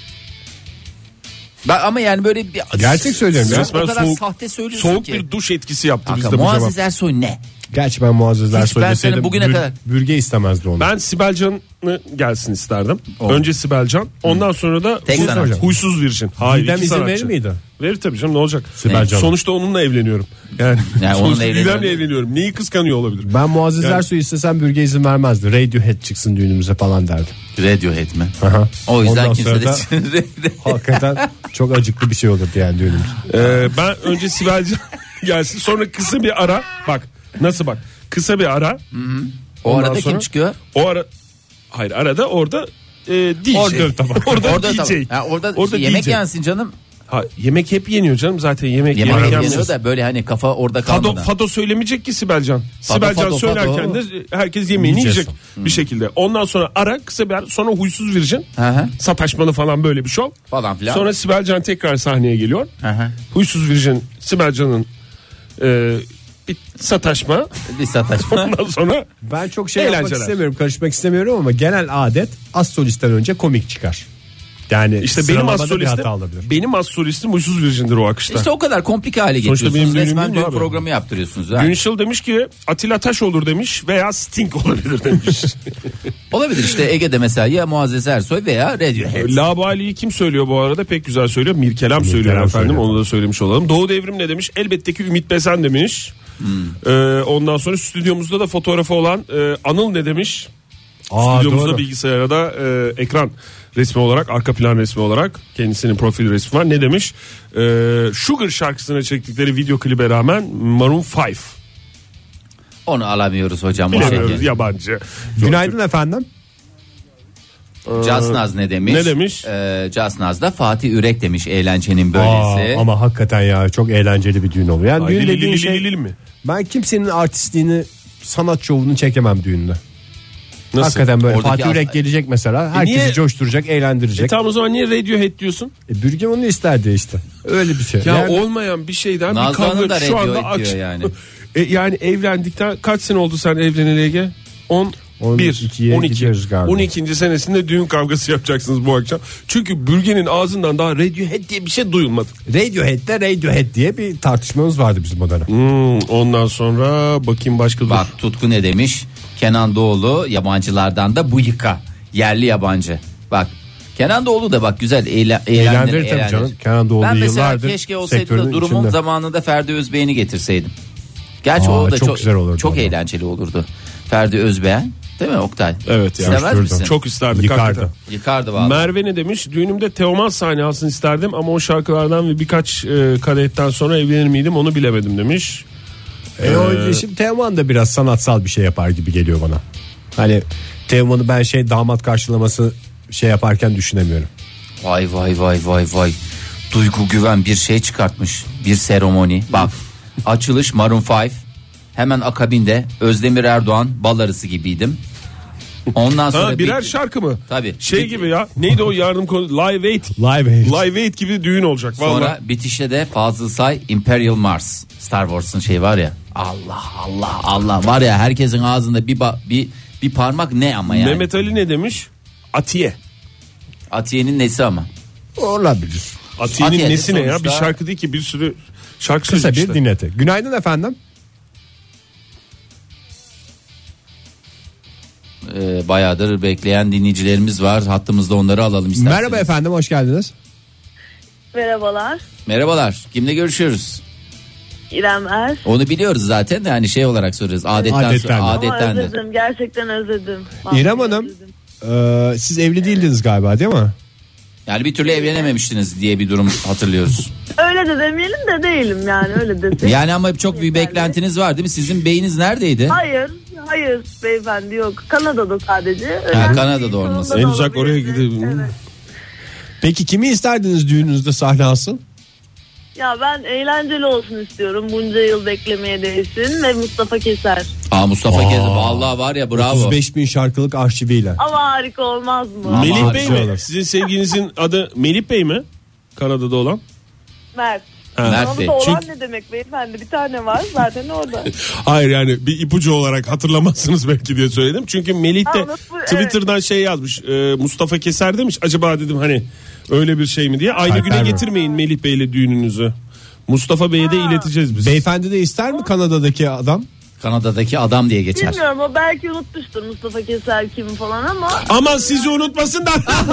Ben ama yani böyle bir gerçek söylüyorum ya. O kadar soğuk, sahte söylüyorsun soğuk ki. bir duş etkisi yaptı Kanka, bizde bu cevap. Muazzez Ersoy ne? Gerçi ben Muazzez Ersoy ben deseydim seni bugüne bür, kadar- bürge istemezdi onu. Ben Sibel Can'ı gelsin isterdim. Oh. Önce Sibel Can, ondan sonra da Tek Huy- sanatçı. Huysuz Virjin. Hayır, Didem iki izin sanatçı. verir miydi? Verir tabii canım, ne olacak? Sibel Can. Sonuçta onunla evleniyorum. Yani, Yani onunla sonuçta evleniyorum. Didem'le evleniyorum. Neyi kıskanıyor olabilir? Ben Muazzez Yani- Ersoy'u istesem bürge izin vermezdi. Radiohead çıksın düğünümüze falan derdi. Radiohead mi? Aha. O yüzden Ondan kimse sonra de da hakikaten çok acıklı bir şey olurdu yani düğünümüz. Ee, ben önce Sibel Can gelsin, sonra kısa bir ara. Bak nasıl bak. Kısa bir ara. o Ondan arada sonra- kim çıkıyor? O ara Hayır, arada orada e, D J. Orada tamam. orada, Orada D J. tamam. Ha, orada, Orada yemek D J. yensin canım. Ha, yemek hep yeniyor canım zaten, yemek, Yemek yemek yeniyor yenmez. da böyle hani kafa orada Fado, kalmadan. Fado söylemeyecek ki Sibel Can. Fado, Sibel Can Fado, söylerken Fado. de herkes yemeğini Yiyeceğiz. yiyecek bir şekilde. Ondan sonra ara, kısa bir ara, sonra Huysuz Virjin. Hı hı. Sataşmalı falan böyle bir şov. Falan filan. Sonra Sibel Can tekrar sahneye geliyor. Hı hı. Huysuz Virjin, Sibel Can'ın e, bir sataşma. Bir sataşma. Ondan sonra Ben çok şey yapmak Eğlenceler. istemiyorum, karışmak istemiyorum ama genel adet az solisten önce komik çıkar. Yani işte benim sıralamada az bir hata solistim, olabilir. benim az solistim Huysuz Virjin'dir o akışta. İşte o kadar komplike hale Sonuçta getiriyorsunuz. benim düğünüm Resmen değil mi düğün abi? programı yaptırıyorsunuz. Yani. Günşil demiş ki Atilla Taş olur demiş veya Sting olabilir demiş. Olabilir işte Ege'de mesela ya Muazzez Ersoy veya Radiohead. Labali'yi kim söylüyor bu arada? Pek güzel söylüyor. Mirkelam söylüyor efendim. söylüyor. Onu da söylemiş olalım. Doğu Devrim ne demiş? Elbette ki Ümit Besen demiş. Hmm. Ee, ondan sonra stüdyomuzda da fotoğrafı olan e, Anıl ne demiş? Aa, Stüdyomuzda doğru. bilgisayara da e, ekran resmi olarak, arka plan resmi olarak kendisinin profil resmi var. Ne demiş? E, Sugar şarkısına çektikleri video klibe rağmen Maroon beş. Onu alamıyoruz hocam. O Bilemiyoruz, şekilde. yabancı. Günaydın efendim. Casnaz ne demiş? Ne demiş? Ee, Casnaz da Fatih Ürek demiş eğlencenin Aa, böylesi. ama hakikaten ya çok eğlenceli bir düğün oluyor. Yani Ay, düğün li- li- dediğin li- şey, li- li- mi? ben kimsenin artistliğini, sanat şovunu çekemem düğünde. Nasıl? Hakikaten böyle Oradaki Fatih Ürek az- gelecek mesela, herkesi niye- coşturacak, eğlendirecek. E tamam, o zaman niye Radiohead diyorsun? E, Bürge onu isterdi işte. Öyle bir şey. Ya Yani- olmayan bir şeyden Nazlı bir Hanım kavga da şu anda Radiohead aç. diyor yani. E, yani evlendikten kaç sene oldu sen evleneli Ege? on on bir, ikiye on iki, gidiyoruz galiba. on ikinci senesinde düğün kavgası yapacaksınız bu akşam. Çünkü Bürge'nin ağzından daha Radiohead diye bir şey duyulmadı. Radiohead'de Radiohead diye bir tartışmamız vardı bizim o dönem. Hmm, ondan sonra bakayım başka. Bak Tutku ne demiş? Kenan Doğulu yabancılardan da bu yıka. Yerli yabancı. Bak Kenan Doğulu da bak güzel eğle, eğlendir, Eğlendirir tabii eğlendir. canım. Kenan Doğulu ben mesela yıllardır keşke olsaydı da sektörün durumun içinde. zamanında Ferdi Özbeğen'i getirseydim. Gerçi Aa, o da çok çok, güzel olurdu çok ama. eğlenceli olurdu. Ferdi Özbeğen değil mi Oktay? Evet ya, İstemez coşturdu. misin? Çok isterdik Yıkardı. hakikaten. Yıkardı vallahi. Merve ne demiş? Düğünümde Teoman sahne alsın isterdim ama o şarkılardan ve birkaç e, kadetten sonra evlenir miydim onu bilemedim demiş. E, o, şimdi Teoman da biraz sanatsal bir şey yapar gibi geliyor bana. Hani Teoman'ı ben şey damat karşılaması şey yaparken düşünemiyorum. Vay vay vay vay vay. Duygu Güven bir şey çıkartmış. Bir seremoni. Bak açılış Maroon beş. Hemen akabinde Özdemir Erdoğan bal arısı gibiydim. Ondan sonra Ha, birer bir- şarkı mı? Tabii. Şey Bir- gibi ya. Neydi o yardım konu? Live Aid. Live Aid. Live Aid gibi düğün olacak Sonra vallahi. bitişte de Fazıl Say Imperial Mars. Star Wars'ın şey var ya. Allah Allah Allah var ya herkesin ağzında bir ba- bir bir parmak ne ama yani. Mehmet Ali ne demiş? Atiye. Atiye'nin nesi ama? Olabilir. Atiye'nin Atiye de nesi ne ya? sonuçta- Bir şarkı değil ki, bir sürü şarkı Kısa söyledi bir işte. dinleti. Günaydın efendim. Ee, bayağıdır bekleyen dinleyicilerimiz var. Hattımızda onları alalım isterseniz. Merhaba efendim, hoş geldiniz. Merhabalar. Merhabalar. Kimle görüşüyoruz? İrem Er. Onu biliyoruz zaten de hani şey olarak soruyoruz. Adetten Adetten sonra de. Ama adetten de. özledim. Gerçekten özledim. Vallahi İrem Hanım, özledim. e, siz evli değildiniz galiba değil mi? Yani bir türlü evlenememiştiniz diye bir durum hatırlıyoruz. Öyle de demeyelim de değilim yani, öyle de değil. Yani ama çok büyük beklentiniz var değil mi? Sizin beyiniz neredeydi? Hayır. Hayır beyefendi, yok. Kanada'da sadece. Ha, Kanada'da olması. En uzak oraya gidelim. Evet. Peki kimi isterdiniz düğününüzde sahne alsın? Ya ben eğlenceli olsun istiyorum. Bunca yıl beklemeye değsin ve Mustafa Keser. Aa Mustafa Keser vallahi var ya bravo. otuz beş bin şarkılık arşiviyle. Ama harika olmaz mı? Melih Ama Bey güzel mi? olur. Sizin sevginizin adı Melih Bey mi? Kanada'da olan. Mert. Ha. Mert Bey. Kanada'da olan Çünkü- ne demek beyefendi? Bir tane var zaten orada. Hayır, yani bir ipucu olarak hatırlamazsınız belki diye söyledim. Çünkü Melih de Ha, unutma, evet. Twitter'dan şey yazmış. e, Mustafa Keser demiş. Acaba dedim hani öyle bir şey mi diye. Aynı Alper güne mi? getirmeyin Melih Bey'le düğününüzü. Mustafa Bey'e de ileteceğiz biz. Beyefendi de ister mi Kanada'daki adam? Kanada'daki adam diye geçer. Bilmiyorum, o belki unutmuştur Mustafa Keser kim falan ama. Aman sizi unutmasın da.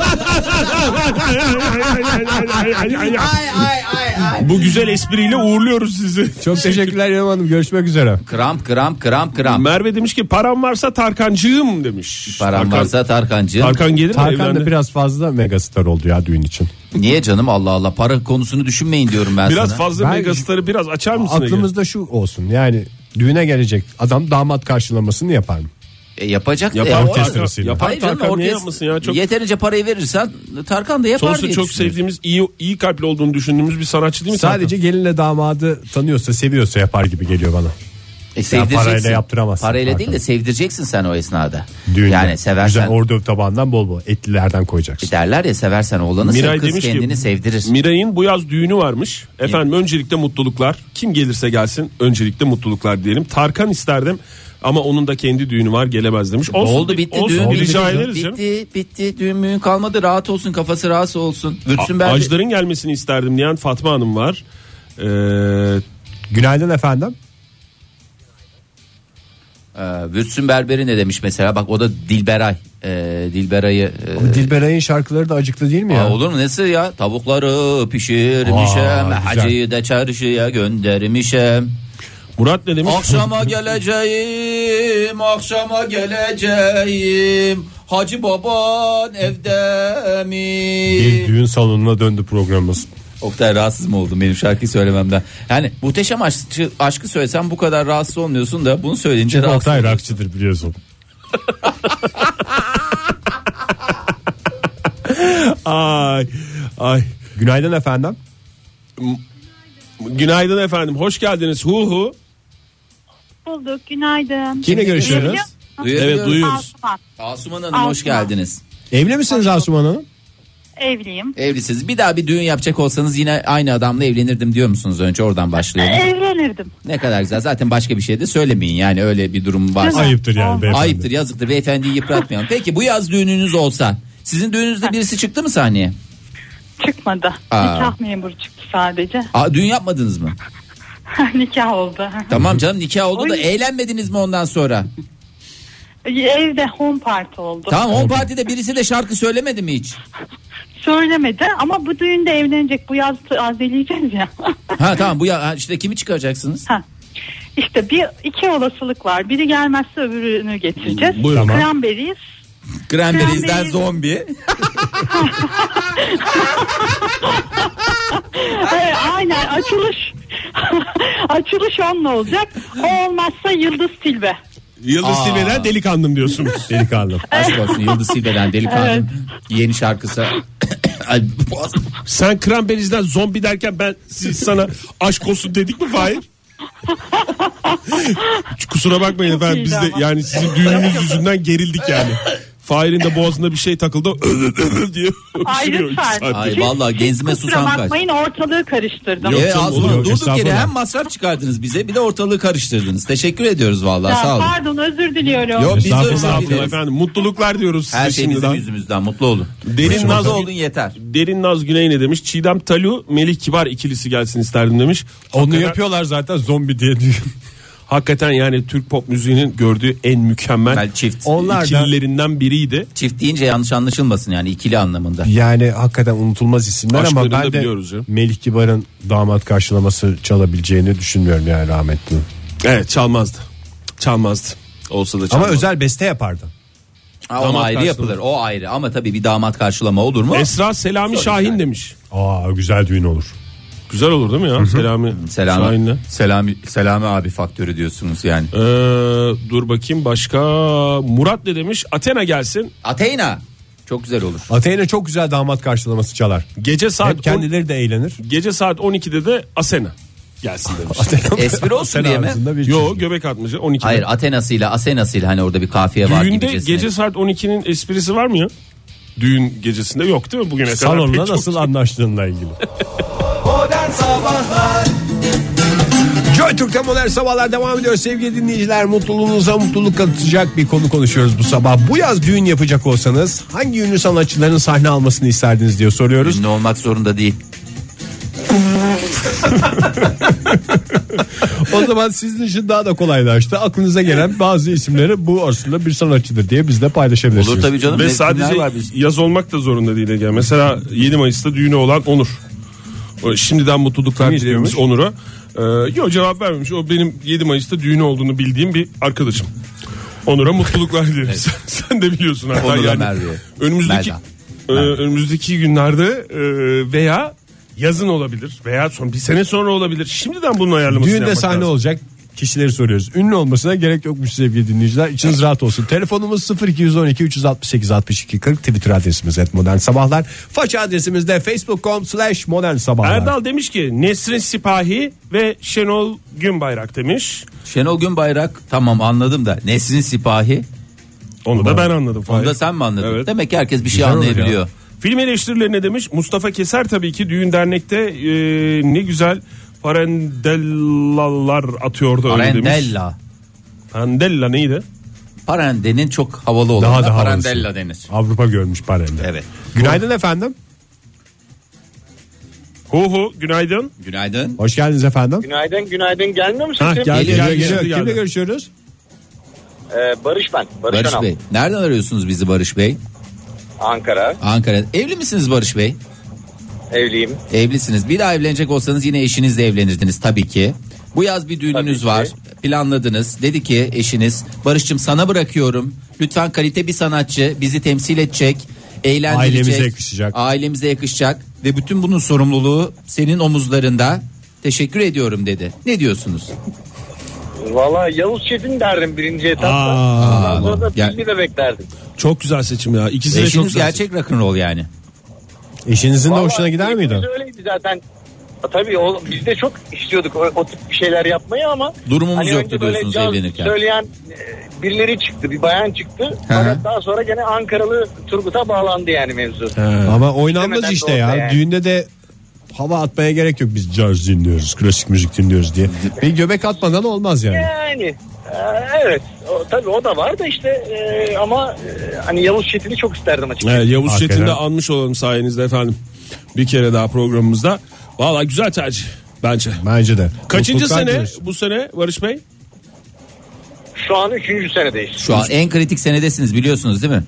Bu güzel espriyle uğurluyoruz sizi. Çok teşekkürler İrem Hanım, görüşmek üzere. Kramp kramp kramp kramp. Merve demiş ki param varsa Tarkancığım demiş. Param Tarkan- varsa Tarkancığım. Tarkan gelir mi? Tarkan Evlendi. da biraz fazla megastar oldu ya düğün için. Niye canım Allah Allah para konusunu düşünmeyin diyorum ben Biraz sana. fazla Ben- megastarı biraz açar mısın? Ege? Aklımızda şu olsun, yani düğüne gelecek adam damat karşılamasını yapar mı? E, yapacak. Yapar E, o- orkestrasıyla. Yapar Hayır canım, Tarkan, niye orkest- yapmasın ya? Çok Yeterince parayı verirsen Tarkan da yapar Sonuçta diye çok düşünüyorum. sevdiğimiz, iyi iyi kalpli olduğunu düşündüğümüz bir sanatçı değil mi? Sadece gelinle damadı tanıyorsa, seviyorsa yapar gibi geliyor bana. E, sevdireceksin. parayla yaptıramazsın Parayla Tarkan. değil de sevdireceksin sen o esnada. Düğünde. Yani seversen. Güzel ordöv tabağından bol bol etlilerden koyacaksın. Derler ya seversen oğlanı Miray sev, kız demiş kendini ki sevdirir. Miray'ın bu yaz düğünü varmış. Efendim öncelikle mutluluklar. Kim gelirse gelsin öncelikle mutluluklar diyelim. Tarkan isterdim ama onun da kendi düğünü var, gelemez demiş. Olsun, Oldu bitti olsun, düğün bir bitti, rica bitti, ederiz canım. bitti bitti düğün müğün kalmadı, rahat olsun, kafası rahat olsun. Vürsün A- ben Ajdar'ın gelmesini isterdim diyen Fatma Hanım var. Ee, Günaydın efendim. Ee, Vürsün Berberi ne demiş mesela, bak o da Dilberay. Ee, Dilberay'ı e, Dilberay'ın şarkıları da acıklı değil mi ya? Aa, olur mu nesi ya, tavukları pişirmişem, Aa, güzel. hacıyı da çarşıya göndermişem. Murat ne demiş? Akşama geleceğim, akşama geleceğim. Hacı baban evde mi? Bir düğün salonuna döndü programımız. Oktay rahatsız mı oldun benim şarkıyı söylememden? Yani muhteşem aşkı, aşkı söylesem bu kadar rahatsız olmuyorsun da bunu söyleyince Çünkü rahatsız Oktay oluyorsun. rockçıdır biliyorsun. Ay ay. Günaydın efendim. Günaydın efendim. Hoş geldiniz. Hu hu. Bulduk, günaydın. Kimle görüşüyoruz? Duyuyoruz. Evet, duyuyoruz. Asuman, Asuman Hanım hoş Asuman. geldiniz. Evli misiniz Asuman Hanım? evliyim. Evlisiniz. Bir daha bir düğün yapacak olsanız yine aynı adamla evlenirdim diyor musunuz? Önce oradan başlayalım. Evlenirdim. Ne kadar güzel. Zaten başka bir şey de söylemeyin. Yani öyle bir durum varsa. Ayıptır yani beyefendi. Ayıptır, yazıktır. Beyefendiyi yıpratmayalım. Peki bu yaz düğününüz olsa sizin düğününüzde birisi çıktı mı sahneye? Çıkmadı. Aa. Nikah memuru çıktı sadece. Aa, düğün yapmadınız mı? Nikah oldu. Tamam canım, nikah oldu da Oy. eğlenmediniz mi ondan sonra? Evde home party oldu. Tamam, home partide birisi de şarkı söylemedi mi hiç? Söylemedi ama bu düğünde evlenecek, bu yaz azeleyeceğiz ya. Ha tamam, bu ya ha, işte kimi çıkaracaksınız? Ha. İşte bir iki olasılık var. Biri gelmezse öbürünü getireceğiz. Buyurun. Tamam. Cranberries. Cranberries'den Cranberries. zombi. Evet, aynen açılış. Açılış onunla olacak. O olmazsa Yıldız Tilbe. Yıldız Aa. Tilbe'den delikanlım diyorsunuz. Delikanlı. Aşk olsun, Yıldız Silbe'den delikanlı. Evet. Yeni şarkısı. Ay, boğazım. Sen Cranberries'den zombi derken ben siz sana aşk olsun dedik mi Fahir? Kusura bakmayın efendim, biz de iyiydi ama. yani sizin düğününüz yüzünden gerildik yani. Fahir'in de boğazında bir şey takıldı diye Ay öksürüyor. lütfen. Ay Siz- vallahi siz genzime kusura susam kaç. bakmayın, ortalığı karıştırdım. Yok Evet, canım, Asuman, olur yok, durduk yere estağfurullah. hem masraf çıkardınız bize bir de ortalığı karıştırdınız. Teşekkür ediyoruz vallahi, Ya, sağ olun. pardon, özür diliyorum. Yok biz de Estağfurullah, özür Estağfurullah dileriz. efendim. Mutluluklar diyoruz Her size şey bizim şimdiden. yüzümüzden, mutlu olun. Derin Mutlu Naz olun yeter. Derin Naz Güney ne demiş? Çiğdem Talu, Melih Kibar ikilisi gelsin isterdim demiş. Onu Hakikaten- yapıyorlar zaten zombi diye diyor. Hakikaten yani Türk pop müziğinin gördüğü en mükemmel Mükemmel çift. Onlar da ikililerinden biriydi. Çift deyince yanlış anlaşılmasın, yani ikili anlamında. yani hakikaten unutulmaz isimler ama Aşklarını ben da de biliyoruz canım. Melih Kibar'ın damat karşılaması çalabileceğini düşünmüyorum yani rahmetli. Evet, çalmazdı. Çalmazdı. Olsa da Ama çalmazdı. özel beste yapardı. Ha, o Damat ayrı karşılama. yapılır, o ayrı, ama tabii bir damat karşılama olur mu? Esra Selami Şahin demiş. Aa güzel düğün olur. Güzel olur değil mi ya? Selami Selami, Şahin'le. Selami, Selami abi faktörü diyorsunuz yani. Ee, dur bakayım başka. Murat ne demiş? Athena gelsin. Athena çok güzel olur. Athena çok güzel damat karşılaması çalar. Gece saat Hep kendileri de eğlenir. on, gece saat on ikide de Asena gelsin demiş. Espri olsun diye mi? Ağzında bir Yo, çizgi. göbek atmaca on ikide. Hayır, Athena'sıyla Asena'sıyla hani orada bir kafiye var Düğünde gibicesine. gece saat on ikinin esprisi var mı ya? Düğün gecesinde yok değil mi bugüne kadar? Salonda Pek çok- nasıl anlaştığınla ilgili. Joy Türk'te modern sabahlar devam ediyor sevgili dinleyiciler. Mutluluğunuza mutluluk katacak bir konu konuşuyoruz bu sabah. Bu yaz düğün yapacak olsanız hangi ünlü sanatçıların sahne almasını isterdiniz diye soruyoruz. Ünlü olmak zorunda değil. O zaman sizin için daha da kolaylaştı. Aklınıza gelen bazı isimleri bu aslında bir sanatçıdır diye bizle paylaşabilirsiniz. Olur tabii canım. Ve Ne- sadece kimler var biz? yaz olmak da zorunda değil Ege. Mesela yedi Mayıs'ta düğünü olan Onur. O şimdiden mutluluklar Kim dileriz istiyormuş? Onur'a. Ee, yok cevap vermemiş. O benim yedi Mayıs'ta düğünü olduğunu bildiğim bir arkadaşım. Onur'a mutluluklar dileriz. Sen de biliyorsun hatta Onur'a yani. Merve'ye. Önümüzdeki Melda. e, önümüzdeki günlerde e, veya yazın olabilir veya son bir sene sonra olabilir. Şimdiden bunun ayarlamasını Düğünde yapmak sahne lazım. olacak kişileri soruyoruz. Ünlü olmasına gerek yokmuş sevgili dinleyiciler. İçiniz rahat olsun. Telefonumuz sıfır iki on iki üç altı sekiz altmış iki kırk. Twitter adresimiz et modern sabahlar. Faça adresimiz de facebook nokta com slash modern sabahlar. Erdal demiş ki Nesrin Sipahi ve Şenol Günbayrak demiş. Şenol Günbayrak tamam anladım da Nesrin Sipahi, Onu da ben anladım. onu Fahir. da sen mi anladın? Evet. Demek ki herkes bir şey Güzel olur anlayabiliyor. Film eleştirileri ne demiş? Mustafa Keser tabii ki düğün dernekte e, ne güzel parendellalar atıyordu öyle demiş. Parendella. Parendella neydi? Parendenin çok havalı olanı Daha da da parendella havalısı. denir. Avrupa görmüş parende. Evet. Günaydın efendim. Hu hu günaydın. Günaydın. Hoş geldiniz efendim. Günaydın günaydın gelmiyor mu Ha, sesim? gel, Geliyor, gel, geliyor, geldi, Kimle geldi. görüşüyoruz? Ee, Barış ben. Barış, Barış Anam. Bey. Nereden arıyorsunuz bizi Barış Bey? Ankara. Ankara. Evli misiniz Barış Bey? Evliyim. Evlisiniz. Bir daha evlenecek olsanız yine eşinizle evlenirdiniz tabii ki. Bu yaz bir düğününüz Tabii ki. var. Planladınız. Dedi ki eşiniz, Barış'cığım sana bırakıyorum. Lütfen kalite bir sanatçı bizi temsil edecek. Eğlendirecek. Ailemize yakışacak. Ailemize yakışacak. Ve bütün bunun sorumluluğu senin omuzlarında. Teşekkür ediyorum dedi. Ne diyorsunuz? Valla Yavuz Çetin derdim birinci etapta. Aa, Ondan sonra da gel. Filmi de beklerdim. Çok güzel seçim ya. İkisi de çok Eşiniz güzel. gerçek rock'n'roll yani. Eşinizin de Vallahi hoşuna gider miydi? hepimiz öyleydi zaten. Ha, tabii o, biz de çok istiyorduk o, o tip bir şeyler yapmayı ama Durumumuz hani yoktu önce böyle diyorsunuz caz evlenirken. Söyleyen e, birileri çıktı, bir bayan çıktı. Fakat daha sonra gene Ankaralı Turgut'a bağlandı yani mevzu. Ama oynanmaz Demeden işte de ya. olsa yani. Düğünde de hava atmaya gerek yok. Biz caz dinliyoruz, klasik müzik dinliyoruz diye. Bir göbek atmadan olmaz yani. Yani e, evet o, tabii o da var da işte e, ama e, hani Yavuz Çetin'i çok isterdim açıkçası. Evet, Yavuz Hakikaten. Çetin'i de anmış olalım sayenizde efendim. Bir kere daha programımızda. Valla güzel tercih bence. Bence de. Kaçıncı Mutluluklar sene dileriz. bu sene Barış Bey? Şu an üçüncü senedeyiz. Şu an en kritik senedesiniz biliyorsunuz değil mi?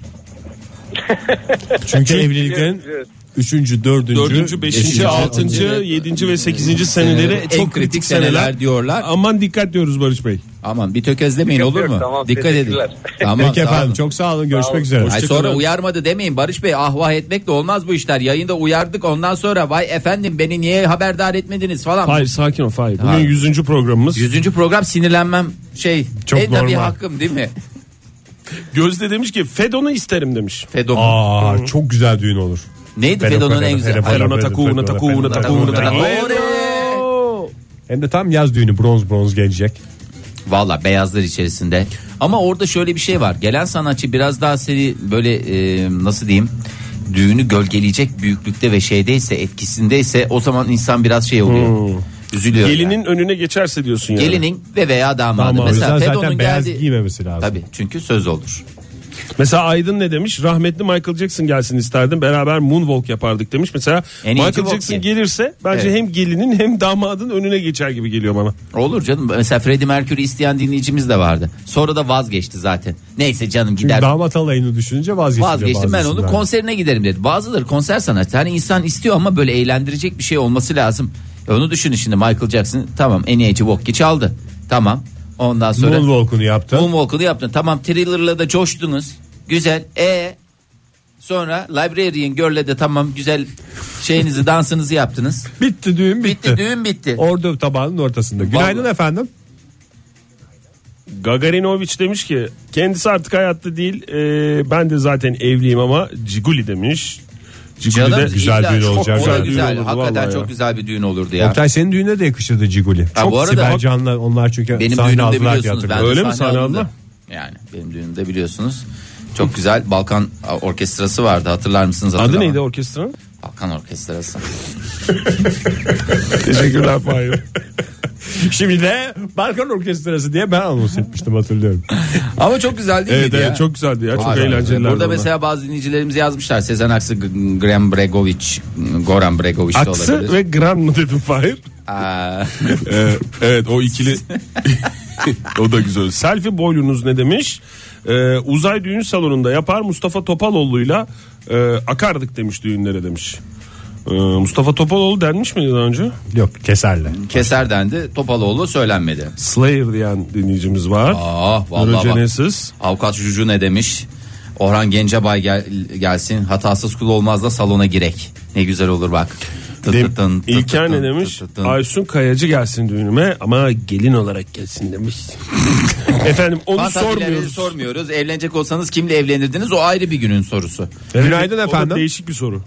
Çünkü evliliklerin Evet. üçüncü, dördüncü, Dördüncü, beşinci, beşinci, altıncı, yedinci ve sekizinci seneleri En çok kritik seneler diyorlar. Aman dikkat diyoruz Barış Bey. Aman bir tökezlemeyin Yok, olur yok, mu? tamam, Dikkat edin. teşekkürler. Tamam, Peki sağ efendim olun. çok sağ olun. Görüşmek olun. üzere. Ay sonra uyarmadı demeyin Barış Bey, ahvah etmekle olmaz bu işler. Yayında uyardık, ondan sonra vay efendim beni niye haberdar etmediniz falan. Hayır sakin ol Fahir. Bugün Ha. yüzüncü programımız. Yüzüncü program sinirlenmem şey Çok en tabii normal. hakkım değil mi? Gözde demiş ki Fedon'u isterim demiş. Fedon. Aa çok güzel düğün olur. Neydi Fedon, Fedon'un Fedon, en güzel? Fedon, Ay, Fedon. Una takuna takuna takuna takuna. Hem de tam yaz düğünü bronz bronz gelecek. Valla beyazlar içerisinde. Ama orada şöyle bir şey var. Gelen sanatçı biraz daha seni böyle e, nasıl diyeyim, düğünü gölgeleyecek büyüklükte ve şeydeyse, etkisindeyse, o zaman insan biraz şey oluyor. Hmm. Üzülüyor. Gelinin yani. önüne geçerse diyorsun yani. Gelinin ve veya damadı. Tamam, mesela zaten beyaz geldi... giymemesi lazım. Tabii, çünkü söz olur. Mesela Aydın ne demiş? Rahmetli Michael Jackson gelsin isterdim. Beraber moonwalk yapardık demiş. Mesela en Michael Jackson ki. gelirse bence evet. hem gelinin hem damadın önüne geçer gibi geliyor bana. Olur canım. Mesela Freddie Mercury isteyen dinleyicimiz de vardı. Sonra da vazgeçti zaten. Neyse canım gider. Çünkü damat alayını düşününce vazgeçti. Vazgeçtim ben onu konserine giderim dedi. Bazıları konser sanatçı. Hani insan istiyor ama böyle eğlendirecek bir şey olması lazım. E onu düşünün şimdi, Michael Jackson tamam en iyi Walk'i çaldı. Tamam. Ondan sonra Moonwalk'unu yaptı. Moonwalk'unu yaptın. Tamam, Thriller'la da coştunuz. Güzel. E sonra Librarian Girl'le de tamam güzel şeyinizi, dansınızı yaptınız. Bitti düğün bitti. Bitti düğün bitti. Orada tabağının ortasında. Günaydın Vallahi. efendim. Gagarinovic demiş ki kendisi artık hayatta değil. E, ben de zaten evliyim ama Ciguli demiş. Ciguli'de güzel düğün olacak. Güzel, güzel. Hakikaten çok ya. güzel bir düğün olurdu ya. Oktay, senin düğüne de yakışırdı Ciguli. Ha, çok bu arada Sibel Can'la onlar çünkü benim sahne aldılar biliyorsunuz. Ben Öyle mi sahne aldılar? Yani benim düğünümde biliyorsunuz. Çok güzel Balkan Orkestrası vardı, hatırlar mısınız? Adı neydi orkestranın? Balkan Orkestrası. Teşekkürler Fahir. Şimdi de Balkan Orkestrası diye ben anons etmiştim, hatırlıyorum. Ama çok güzel değil evet, miydi evet, ya? çok güzeldi ya. Çok Aa, eğlenceli. Burada mesela bazı dinleyicilerimiz yazmışlar. Sezen Aksu, Graham Bregovic, Goran Bregovic de olabilir. Aksu ve Gran mı dedim Fahir? evet, evet o ikili. O da güzel. Selfie boylunuz ne demiş? Ee, uzay düğün salonunda yapar Mustafa Topaloğlu'yla e, akardık demiş düğünlere demiş. Ee, Mustafa Topaloğlu denmiş miydi daha önce? Yok, Keser'le. Keser dendi, Topaloğlu söylenmedi. Slayer diyen dinleyicimiz var. Aa, vallahi bak. Avukat Juju ne demiş? Orhan Gencebay gel, gelsin, hatasız kul olmaz da salona girek. Ne güzel olur bak. Dem, İlker ne demiş? Aysun Kayacı gelsin düğünüme ama gelin olarak gelsin demiş. Efendim onu sormuyoruz. sormuyoruz. Evlenecek olsanız kimle evlenirdiniz? O ayrı bir günün sorusu. Evet, günaydın efendim. O da değişik bir soru.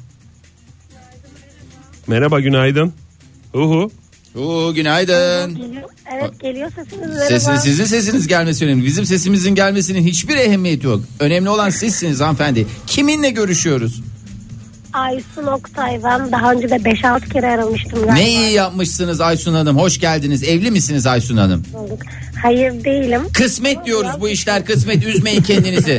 Merhaba, günaydın. Uhu. Uhu, günaydın. Evet, geliyor sesiniz. Sesiniz, sizin sesiniz gelmesi önemli. Bizim sesimizin gelmesinin hiçbir ehemmiyeti yok. Önemli olan sizsiniz hanımefendi. Kiminle görüşüyoruz? Aysun Oktay, ben daha önce de beş altı kere aramıştım galiba. Ne iyi yapmışsınız Aysun Hanım, hoş geldiniz. Evli misiniz Aysun Hanım? Hayır, değilim. Kısmet diyoruz, bu işler kısmet, üzmeyin kendinizi.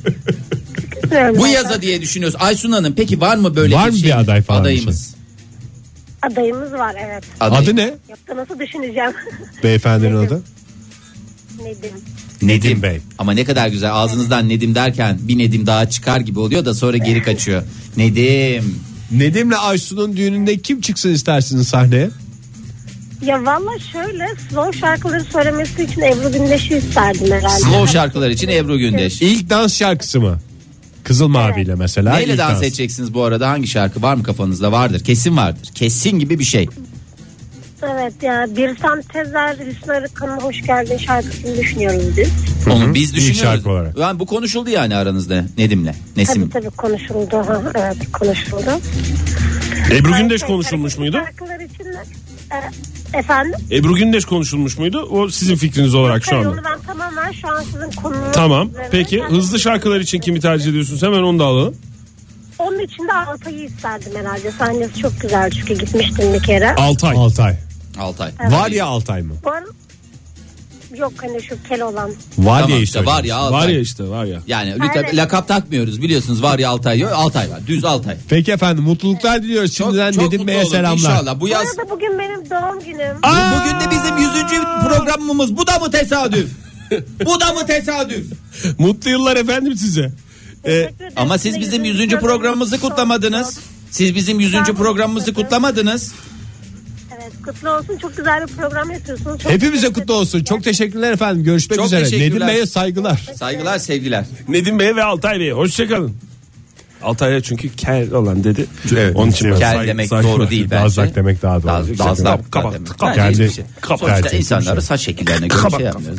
Bu yaza diye düşünüyoruz. Aysun Hanım, peki var mı böyle var bir şey? Var mı bir aday falan? Adayımız. Şey? Adayımız var, evet. Aday. Adı ne? Yoksa nasıl düşüneceğim? Beyefendinin adı? Nedim. Nedim Bey. Ama ne kadar güzel, ağzınızdan Nedim derken bir Nedim daha çıkar gibi oluyor da sonra geri kaçıyor. Nedim. Nedim'le Aysun'un düğününde kim çıksın istersiniz sahneye? Ya valla şöyle, slow şarkıları söylemesi için Ebru Gündeş'i isterdim herhalde. Slow şarkılar için Ebru Gündeş. İlk dans şarkısı mı? Kızıl Mavi ile mesela. Neyle dans, dans edeceksiniz bu arada? Hangi şarkı var mı kafanızda? Vardır. Kesin vardır. Kesin gibi bir şey. Evet ya, Bir Santezer Hüsnü Arıkan'ın Hoş Geldin şarkısını düşünüyoruz biz. Onu biz düşünüyoruz. Yani bu konuşuldu yani aranızda Nedim'le. Nesim. Tabii tabii konuşuldu. Ha, evet konuşuldu. Ebru Gündeş konuşulmuş muydu? Şarkılar için de, e, efendim? Ebru Gündeş konuşulmuş muydu? O sizin fikriniz olarak şu anda. Onu ben tamamen şu an sizin konunuz. Tamam. Peki hızlı şarkılar için kimi tercih ediyorsunuz? Hemen onu da alalım. Onun için de Altay'ı isterdim herhalde. Sahnesi çok güzel çünkü gitmiştim bir kere. Altay. Altay. Altay. Evet. Var ya Altay mı? Var. Yok hani şu kel olan. Var tamam, ya işte. işte var ya Altay. Var ya işte var ya. Yani lütfen lakap takmıyoruz biliyorsunuz, var ya Altay yok. Altay var. Düz Altay. Peki efendim, mutluluklar diliyoruz. Şimdiden çok, çok Nedim Bey'e selamlar. İnşallah. Bu yaz. Bu arada bugün benim doğum günüm. Aa! Bugün de bizim yüzüncü programımız. Bu da mı tesadüf? Bu da mı tesadüf? Mutlu yıllar efendim size. Ee, ama siz bizim yüzüncü programımızı kutlamadınız. Siz bizim yüzüncü programımızı kutlamadınız. Evet, kutlu olsun. Çok güzel bir program yapıyorsunuz. Çok hepimize kutlu olsun. Çok teşekkürler efendim. Görüşmek çok üzere. Nedim Bey'e saygılar. Saygılar, sevgiler. Nedim Bey'e ve Altay Bey'e hoşçakalın. Altay'a çünkü kel olan dedi. Evet, onun için kel saygı, demek saygı doğru var. değil bence. Dazlak demek daha doğru. Daz, dazlak kapat. Kapat. Kendi, şey. Sonuçta insanları saç şekillerine göre şey yapmıyoruz.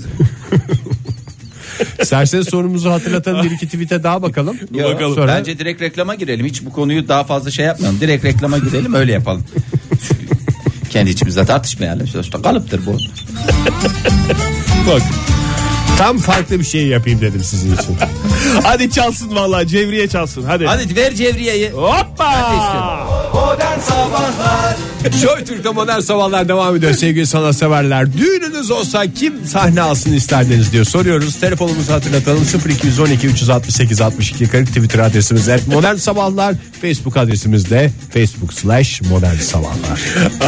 İsterseniz sorumuzu hatırlatalım, bir iki tweet'e daha bakalım. Yo, bakalım. Sonra... Bence direkt reklama girelim. Hiç bu konuyu daha fazla şey yapmayalım. Direkt reklama girelim, öyle yapalım. Kendi içimizde tartışmayalım. Sonuçta kalıptır bu. Bak. Tam farklı bir şey yapayım dedim sizin için. Hadi çalsın vallahi, Cevriye çalsın. Hadi. Hadi ver Cevriye'yi. Hoppa. Modern Sabahlar. Joy Türk'te Modern Sabahlar devam ediyor sevgili sanatseverler. Düğününüz olsa kim sahne alsın isterdiniz diyor soruyoruz. Telefonumuzu hatırlatalım sıfır iki on iki üç altı sekiz altmış iki kırk. Twitter adresimiz et Modern Sabahlar. Facebook adresimiz de Facebook slash Modern Sabahlar.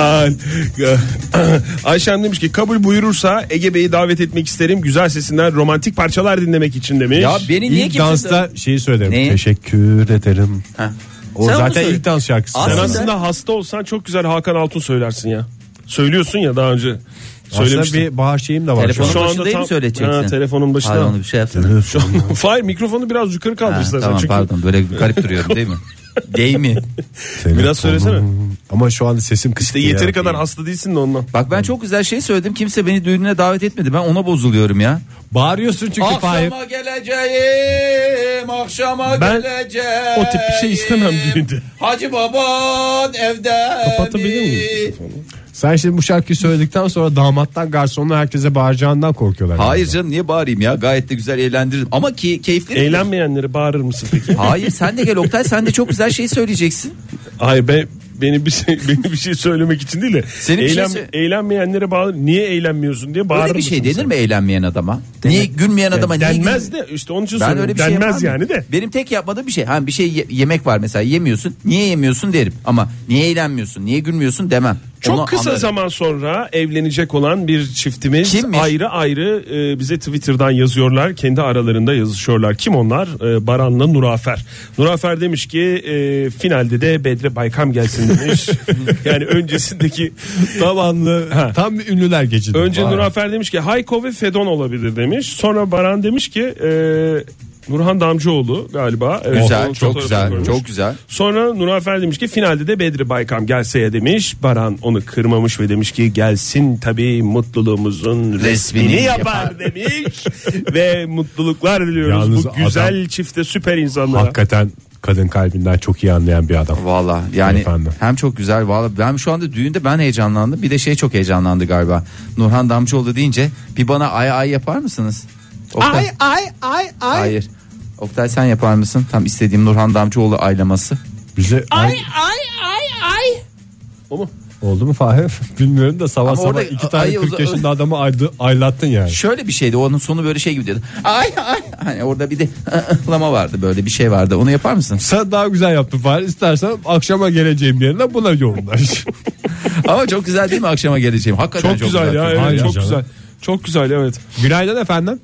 Ayşen demiş ki kabul buyurursa Ege Bey'i davet etmek isterim. Güzel sesinden romantik parçalar dinlemek için demiş. Ya beni niye İlk kimse... dansta şeyi söylerim. Ne? Teşekkür ederim. Heh. O Sen zaten ilk dans şarkısı. Sen Aslında- aslında hasta olsan çok güzel Hakan Altun söylersin ya. Söylüyorsun ya daha önce. Aslında Söylemiştin. bir bahar şeyim de var. Telefonun şu an. başında değil mi söyleyeceksin? Ha, telefonun başında. Hayır onu bir şey yapsana. Şu an, Fahir mikrofonu biraz yukarı kaldır Ha, istersen. tamam Çünkü pardon böyle garip duruyorum değil mi? Değil mi? biraz söylesene. Ama şu anda sesim kısık. İşte yeteri kadar hasta değilsin de ondan. Bak ben çok güzel şey söyledim. Kimse beni düğününe davet etmedi. Ben ona bozuluyorum ya. Bağırıyorsun çünkü Fahir. Akşama geleceğim, akşama Ben geleceğim. o tip bir şey istemem düğünde. Hacı baban evde. Kapatabilir miyim? Sen şimdi bu şarkıyı söyledikten sonra damattan garsonla herkese bağıracağından korkuyorlar. Hayır yani. canım niye bağırayım ya? Gayet de güzel eğlendiririm. Ama ki keyifli. Eğlenmeyenleri bağırır mısın peki? Hayır sen de gel Oktay, sen de çok güzel şey söyleyeceksin. Hayır ben beni bir şey beni bir şey söylemek için değil de Senin bir şey eğlen, söyle- eğlenmeyenlere bağır. Niye eğlenmiyorsun diye bağırır Öyle bir şey mısın denir sen? mi eğlenmeyen adama? Niye gülmeyen adama niye Denmez gül- de işte onun için Ben söylüyorum. öyle bir şey Denmez yapmam. yani de. Benim tek yapmadığım bir şey. Ha bir şey ye- yemek var mesela yemiyorsun. Niye yemiyorsun derim. Ama niye eğlenmiyorsun? Niye gülmüyorsun demem. Çok Onu kısa anlarım. zaman sonra evlenecek olan bir çiftimiz Kimmiş? ayrı ayrı e, bize Twitter'dan yazıyorlar. Kendi aralarında yazışıyorlar. Kim onlar? E, Baran'la Nurafer. Nurafer demiş ki e, finalde de Bedre Baykam gelsin demiş. Yani öncesindeki Zamanlı Ha. tam bir ünlüler geçidi. önce Vay. Nurafer demiş ki Hayko ve Fedon olabilir demiş. Sonra Baran demiş ki e, Nurhan Damcıoğlu galiba. Evet, Güzel, onun çok fotoğrafını güzel, koymuş. çok güzel. Sonra Nurafer demiş ki finalde de Bedri Baykam gelseye demiş. Baran onu kırmamış ve demiş ki gelsin tabii mutluluğumuzun resmini, Resmini yapar, yapar. demiş. Ve mutluluklar diliyoruz Yalnız bu güzel adam- çifte, süper insanlara. Hakikaten kadın kalbinden çok iyi anlayan bir adam. Valla yani Efendim. hem çok güzel valla ben şu anda düğünde ben heyecanlandım, bir de şey çok heyecanlandı galiba. Nurhan Damcıoğlu deyince bir bana ay ay yapar mısınız? Oktay. Ay ay ay ay. Hayır. Oktay sen yapar mısın? Tam istediğim Nurhan Damcıoğlu aylaması. Bize ay, ay ay ay. O mu? oldu mu Fahir? Bilmiyorum da sabah Ama sabah orada iki tane ay- kırk yaşında adamı aydı, aylattın yani. Şöyle bir şeydi, onun sonu böyle şey gibi diyordu. Ay ay. Hani orada bir de ıhlama vardı, böyle bir şey vardı. Onu yapar mısın? Sen daha güzel yaptın Fahir. İstersen akşama geleceğim yerine buna yoğunlaş. Ama çok güzel değil mi akşama geleceğim? Hakikaten Çok, çok, güzel, ya evet, Aynen çok canım. güzel. Çok güzel evet. Günaydın efendim.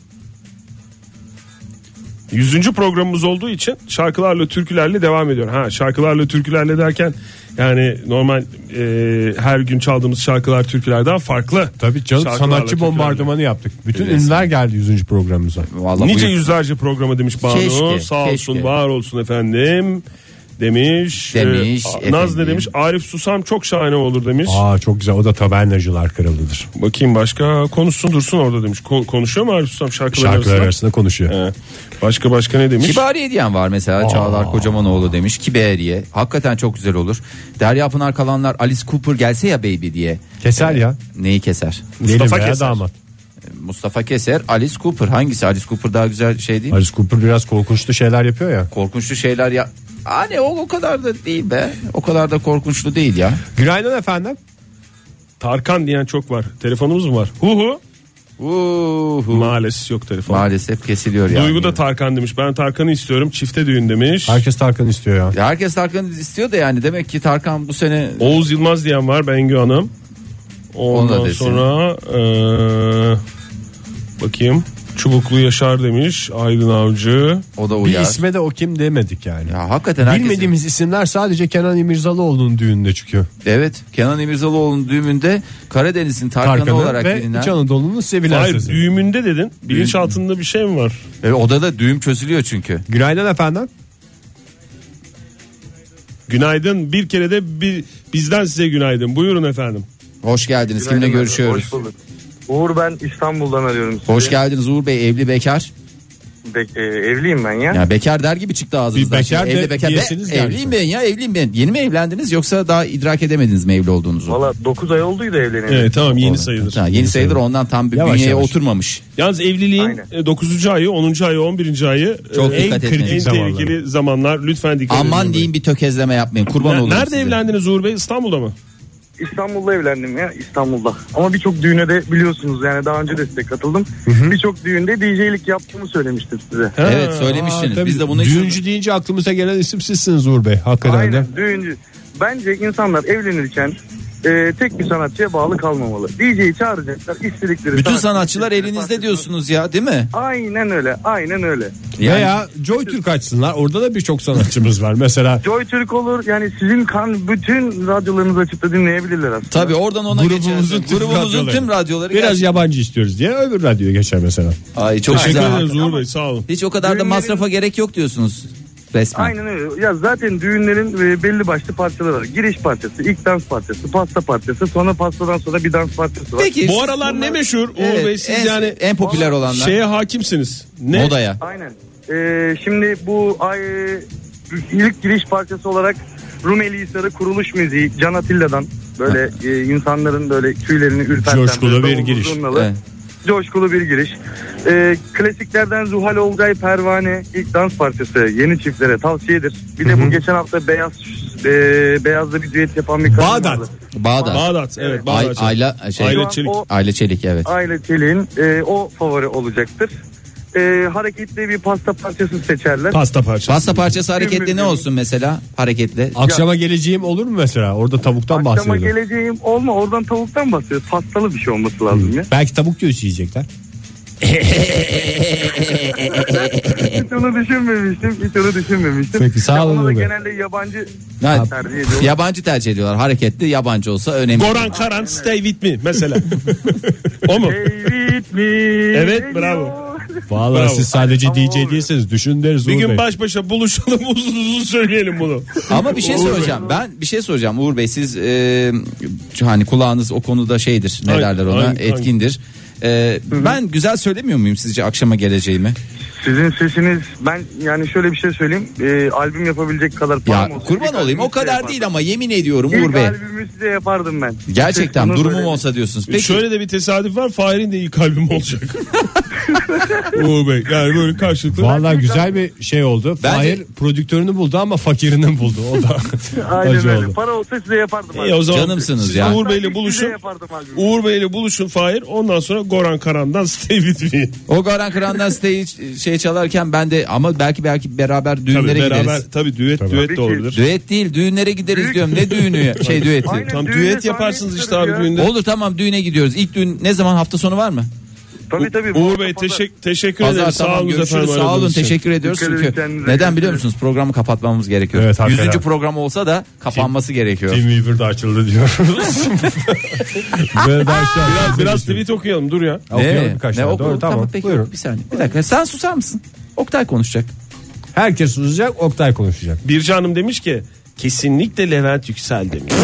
Yüzüncü programımız olduğu için şarkılarla türkülerle devam ediyor. Ha şarkılarla türkülerle derken yani normal e, her gün çaldığımız şarkılar türkülerden farklı. Tabii canım Şarkılarla, sanatçı türkülerle. bombardımanı yaptık. Bütün Evet. ünlüler geldi yüzüncü programımıza. Vallahi Nice buyur. yüzlerce programı demiş Banu. Keşke, Sağ keşke. olsun, var olsun efendim. Demiş. Demiş, Ee, Naz ne efendim. demiş? Arif Susam çok şahane olur demiş. Aa çok güzel, o da Tabernacılar Kralı'dır. Bakayım başka, konuşsun dursun orada demiş. Ko- konuşuyor mu Arif Susam şarkılar, Şarkılar arasında? arasında konuşuyor. He. Başka başka ne demiş? Kibariye diyen var mesela. Çağlar Kocamanoğlu demiş. Kibariye. Hakikaten çok güzel olur. Derya Pınar Kalanlar Alice Cooper gelse ya baby diye. Keser ya. Neyi keser? Mustafa Gelin veya Keser. damat. Mustafa Keser, Alice Cooper. Hangisi? Alice Cooper daha güzel şey değil mi? Alice Cooper biraz korkunçlu şeyler yapıyor ya. Korkunçlu şeyler ya. Hani o, o kadar da değil be. O kadar da korkunçlu değil ya. Günaydın efendim. Tarkan diyen çok var. Telefonumuz mu var? Hu hu. Uhu. Maalesef yok telefon. Maalesef kesiliyor yani. Duygu da Tarkan demiş. Ben Tarkan'ı istiyorum. Çifte düğün demiş. Herkes Tarkan istiyor ya. Ya herkes Tarkan'ı istiyor da yani demek ki Tarkan bu sene Oğuz Yılmaz diyen var, Bengü Hanım. Onu da Ondan desin. sonra eee, bakayım. Çubuklu Yaşar demiş. Aydın Avcı. o da Bir uyar. isme de o kim demedik yani. Ya hakikaten herkes. Bilmediğimiz isimler sadece Kenan İmirzalıoğlu'nun düğününde çıkıyor. Evet, Kenan İmirzalıoğlu'nun düğümünde Karadeniz'in Tarkan'ı, Tarkan'ı olarak ve bilinen. İç Anadolu'nun sevilen Hayır, sesi. düğümünde dedin. Bilinç altında bir şey mi var? E, odada düğüm çözülüyor çünkü. Günaydın efendim. Günaydın. Bir kere de bir, bizden size günaydın. Buyurun efendim. Hoş geldiniz. Kimle görüşüyoruz? Hoş bulduk. Uğur, ben İstanbul'dan arıyorum sizi. Hoş geldiniz Uğur Bey, evli bekar. Be- e, evliyim ben ya. Ya bekar der gibi çıktı ağzınızdan. Bir bekar Şimdi. de Evli bekar. diyesiniz Be- geldi. evliyim ben ya evliyim ben. Yeni mi evlendiniz yoksa daha idrak edemediniz mi evli olduğunuzu? Valla dokuz ay olduydu evleneli. Evet tamam yeni sayılır. Tamam, yeni sayılır ondan tam bir Yavaş bünyeye yavaş. oturmamış. Yalnız evliliğin Aynen. dokuzuncu ayı, onuncu ayı, on birinci ayı Çok e, dikkat en etmeniz. kritik zamanlar. tehlikeli zamanlar. Lütfen dikkat edin. Aman diyeyim bir tökezleme yapmayın. Kurban Ne- olurum Nerede size. evlendiniz Uğur Bey? İstanbul'da mı? İstanbul'da evlendim ya, İstanbul'da. Ama birçok düğüne de biliyorsunuz yani daha önce de size katıldım. Birçok düğünde D J'lik yaptığımı söylemiştim size. Evet söylemiştiniz. Aa, Biz de bunu düğüncü deyince aklımıza gelen isim sizsiniz Uğur Bey. Hakikaten de. Aynen düğüncü. Bence insanlar evlenirken e, tek bir sanatçıya bağlı kalmamalı. D J'yi çağıracaklar, istedikleri bütün sanatçı- sanatçılar elinizde diyorsunuz ya, değil mi? Aynen öyle, aynen öyle. Yani- Veya Joy Türk açsınlar. Orada da birçok sanatçımız var. Mesela Joy Türk olur yani sizin kan bütün radyolarınızı açıp da dinleyebilirler aslında. Tabii oradan ona grubumuzun geçersin. tüm Grubumuzun radyoları. tüm radyoları. biraz gerçekten- yabancı istiyoruz diye öbür radyoya geçer mesela. Ay çok Teşekkür güzel. ederiz Uğur Bey, sağ olun. Hiç o kadar da Düğünlerin- masrafa gerek yok diyorsunuz resmen. Aynen öyle. Ya zaten düğünlerin e, belli başlı parçaları var. Giriş parçası, ilk dans parçası, pasta parçası, sonra pastadan sonra bir dans parçası var. Peki Bu siz aralar bunlar- ne meşhur Uğur Evet, Bey? Siz en, yani en popüler olanlar. şeye hakimsiniz. Ne? Modaya. Aynen. Ee, şimdi bu ay ilk giriş parçası olarak Rumeli Hisarı kuruluş müziği Can Atilla'dan böyle e, insanların böyle tüylerini ürperten Coşkulu böyle bir davul giriş. zurnalı, Evet. coşkulu bir giriş. Ee, klasiklerden Zuhal Olcay Pervane ilk dans parçası yeni çiftlere tavsiyedir. Bir de bu geçen hafta beyaz e, beyazda bir düet yapan bir kadın Bağdat. vardı. Bağdat. Bağdat, evet Ay, Bağdat. Ayla şey. Ayla Şu an Çelik. o Aile Çelik evet. Aile Çelik'in e, o favori olacaktır. E, hareketli bir pasta parçası seçerler. Pasta parçası. Pasta parçası hareketli Gün ne mü? olsun mesela hareketli. Akşama geleceğim olur mu mesela? Orada tavuktan Akşama bahsediyor. geleceğim olma oradan tavuktan bahsediyoruz. Pastalı bir şey olması lazım ya. Belki tavuk göğsü yiyecekler. Hiç onu düşünmemiştim. Hiç onu düşünmemiştim. Peki, sağ Ya olun ona da Uğur Bey. genelde yabancı Ha, tercih ediyorlar. yabancı tercih ediyorlar. Hareketli yabancı olsa önemli. Goran Karan Stay With Me mesela. O mu? Hey with me. Evet, hey bravo. yo. Vallahi Bravo. siz sadece Ama D J olmuyor. değilseniz düşün deriz Bir Uğur gün Bey. baş başa buluşalım uzun uzun söyleyelim bunu. Ama bir şey soracağım. Ben bir şey soracağım Uğur Bey. Siz e, hani kulağınız o konuda şeydir. Ne Hangi- derler ona? hangi- Etkindir. E, ben güzel söylemiyor muyum sizce akşama geleceğimi? Sizin sesiniz ben yani şöyle bir şey söyleyeyim. E, albüm yapabilecek kadar Ya param olsa kurban ilk olayım o albümü size kadar yapardım. değil ama yemin ediyorum Uğur İlk Bey. albümü size yapardım ben. Gerçekten Bunu durumum böyle- olsa diyorsunuz. Peki. Şöyle de bir tesadüf var. Fahir'in de ilk albüm olacak. Uğur Bey yani böyle karşılıklı. Vallahi güzel bir şey oldu. Bence- Fahir prodüktörünü buldu ama fakirini buldu. O da Aynen acı öyle. oldu. Para olsa size yapardım. İyi, abi. o zaman Canımsınız siz ya. Uğur Bey'le Size buluşun. yapardım albümü. Uğur Bey'le buluşun Fahir. Ondan sonra Goran Karan'dan Stay With Me. O Goran Kıran'dan stage şey çalarken ben de ama belki belki beraber Tabii düğünlere beraber gideriz. tabii düet düet Tabii de ki. olabilir. Düet değil düğünlere gideriz Büyük- diyorum. Ne düğünü ya? Şey düeti. Aynen. Tam Düğünde düet sahne yaparsınız işte çıkarız abi ya. düğünde. Olur tamam düğüne gidiyoruz. İlk düğün ne zaman hafta sonu var mı? Tabii tabii. bu Uğur hafta Bey pazar. teşekkür teşekkür Pazar ederiz. Sağ tamam olun görüşürüz efendim. sağ olun aradığınız için. teşekkür ediyoruz Dikkat edin çünkü kendinize, neden biliyor görüşürüz. musunuz programı kapatmamız gerekiyor. Evet, hakikaten. Yüzüncü program olsa da kapanması gerekiyor. Team Weaver'da açıldı diyoruz. Ve daha şey- Biraz biraz tweet okuyalım dur ya. Okuyalım Ne? birkaç Ne tane. oku? Doğru, tamam. peki Buyurun. bir saniye. Bir dakika sen susar mısın? Oktay konuşacak. Herkes susacak, Oktay konuşacak. Birce Hanım demiş ki kesinlikle Levent Yüksel demiş.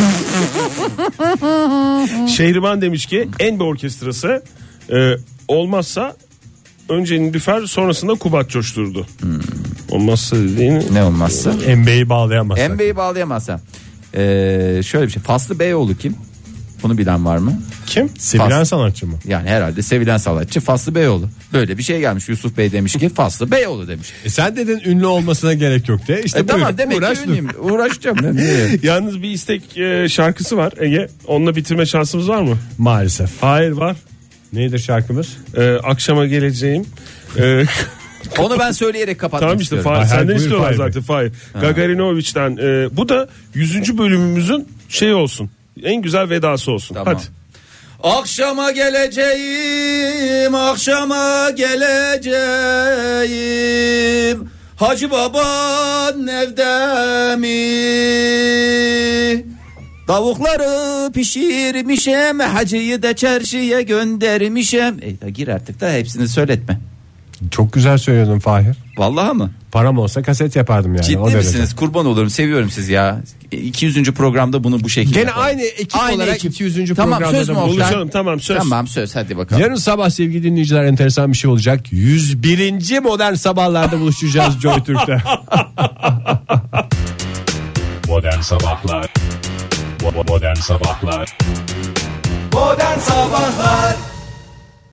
Şehriban demiş ki en bir orkestrası e, olmazsa önce Nilüfer sonrasında Kubat coşturdu. Hmm. Olmazsa dediğini Ne olmazsa. N B A'yi bağlayamazsak. N B A'yi bağlayamazsam. Ee, şöyle bir şey. Faslı Beyoğlu kim? Bunu bilen var mı? kim? Sevilen Fas- sanatçı mı? Yani herhalde sevilen sanatçı Faslı Beyoğlu. Böyle bir şey gelmiş. Yusuf Bey demiş ki Faslı Beyoğlu demiş. E sen dedin ünlü olmasına gerek yok de. İşte E tamam buyurun, demek uğraş ki dur. ünlüyüm. Uğraşacağım. Ben. Niye? Yalnız bir istek e, şarkısı var Ege. Onunla bitirme şansımız var mı? Maalesef. Hayır var. Nedir şarkımız? E, akşama geleceğim. E, Onu ben söyleyerek kapatmak Tamam işte istiyorum. Fahir, Hayır, senden buyur istiyorlar Fahir Bey. zaten Fahir. Gagarinovic'den. E, bu da yüzüncü bölümümüzün şey olsun. En güzel vedası olsun. Tamam. Hadi. Akşama geleceğim, akşama geleceğim. Hacı baban evde mi? Tavukları pişirmişem, hacıyı da çarşıya göndermişem. E da gir artık da hepsini söyletme. Çok güzel söylüyordun Fahir. Vallahi mı? Param olsa kaset yapardım yani. Ciddi misiniz? Kurban olurum, seviyorum siz ya. iki yüzüncü programda bunu bu şekilde. Gene aynı ekip aynı olarak ekip. iki yüzüncü Tamam, programda söz mü da buluşalım. Tamam söz. Tamam söz, hadi bakalım. Yarın sabah sevgili dinleyiciler enteresan bir şey olacak. yüz birinci modern sabahlarda buluşacağız Joy Türk'te. Modern Sabahlar Modern Sabahlar Modern Sabahlar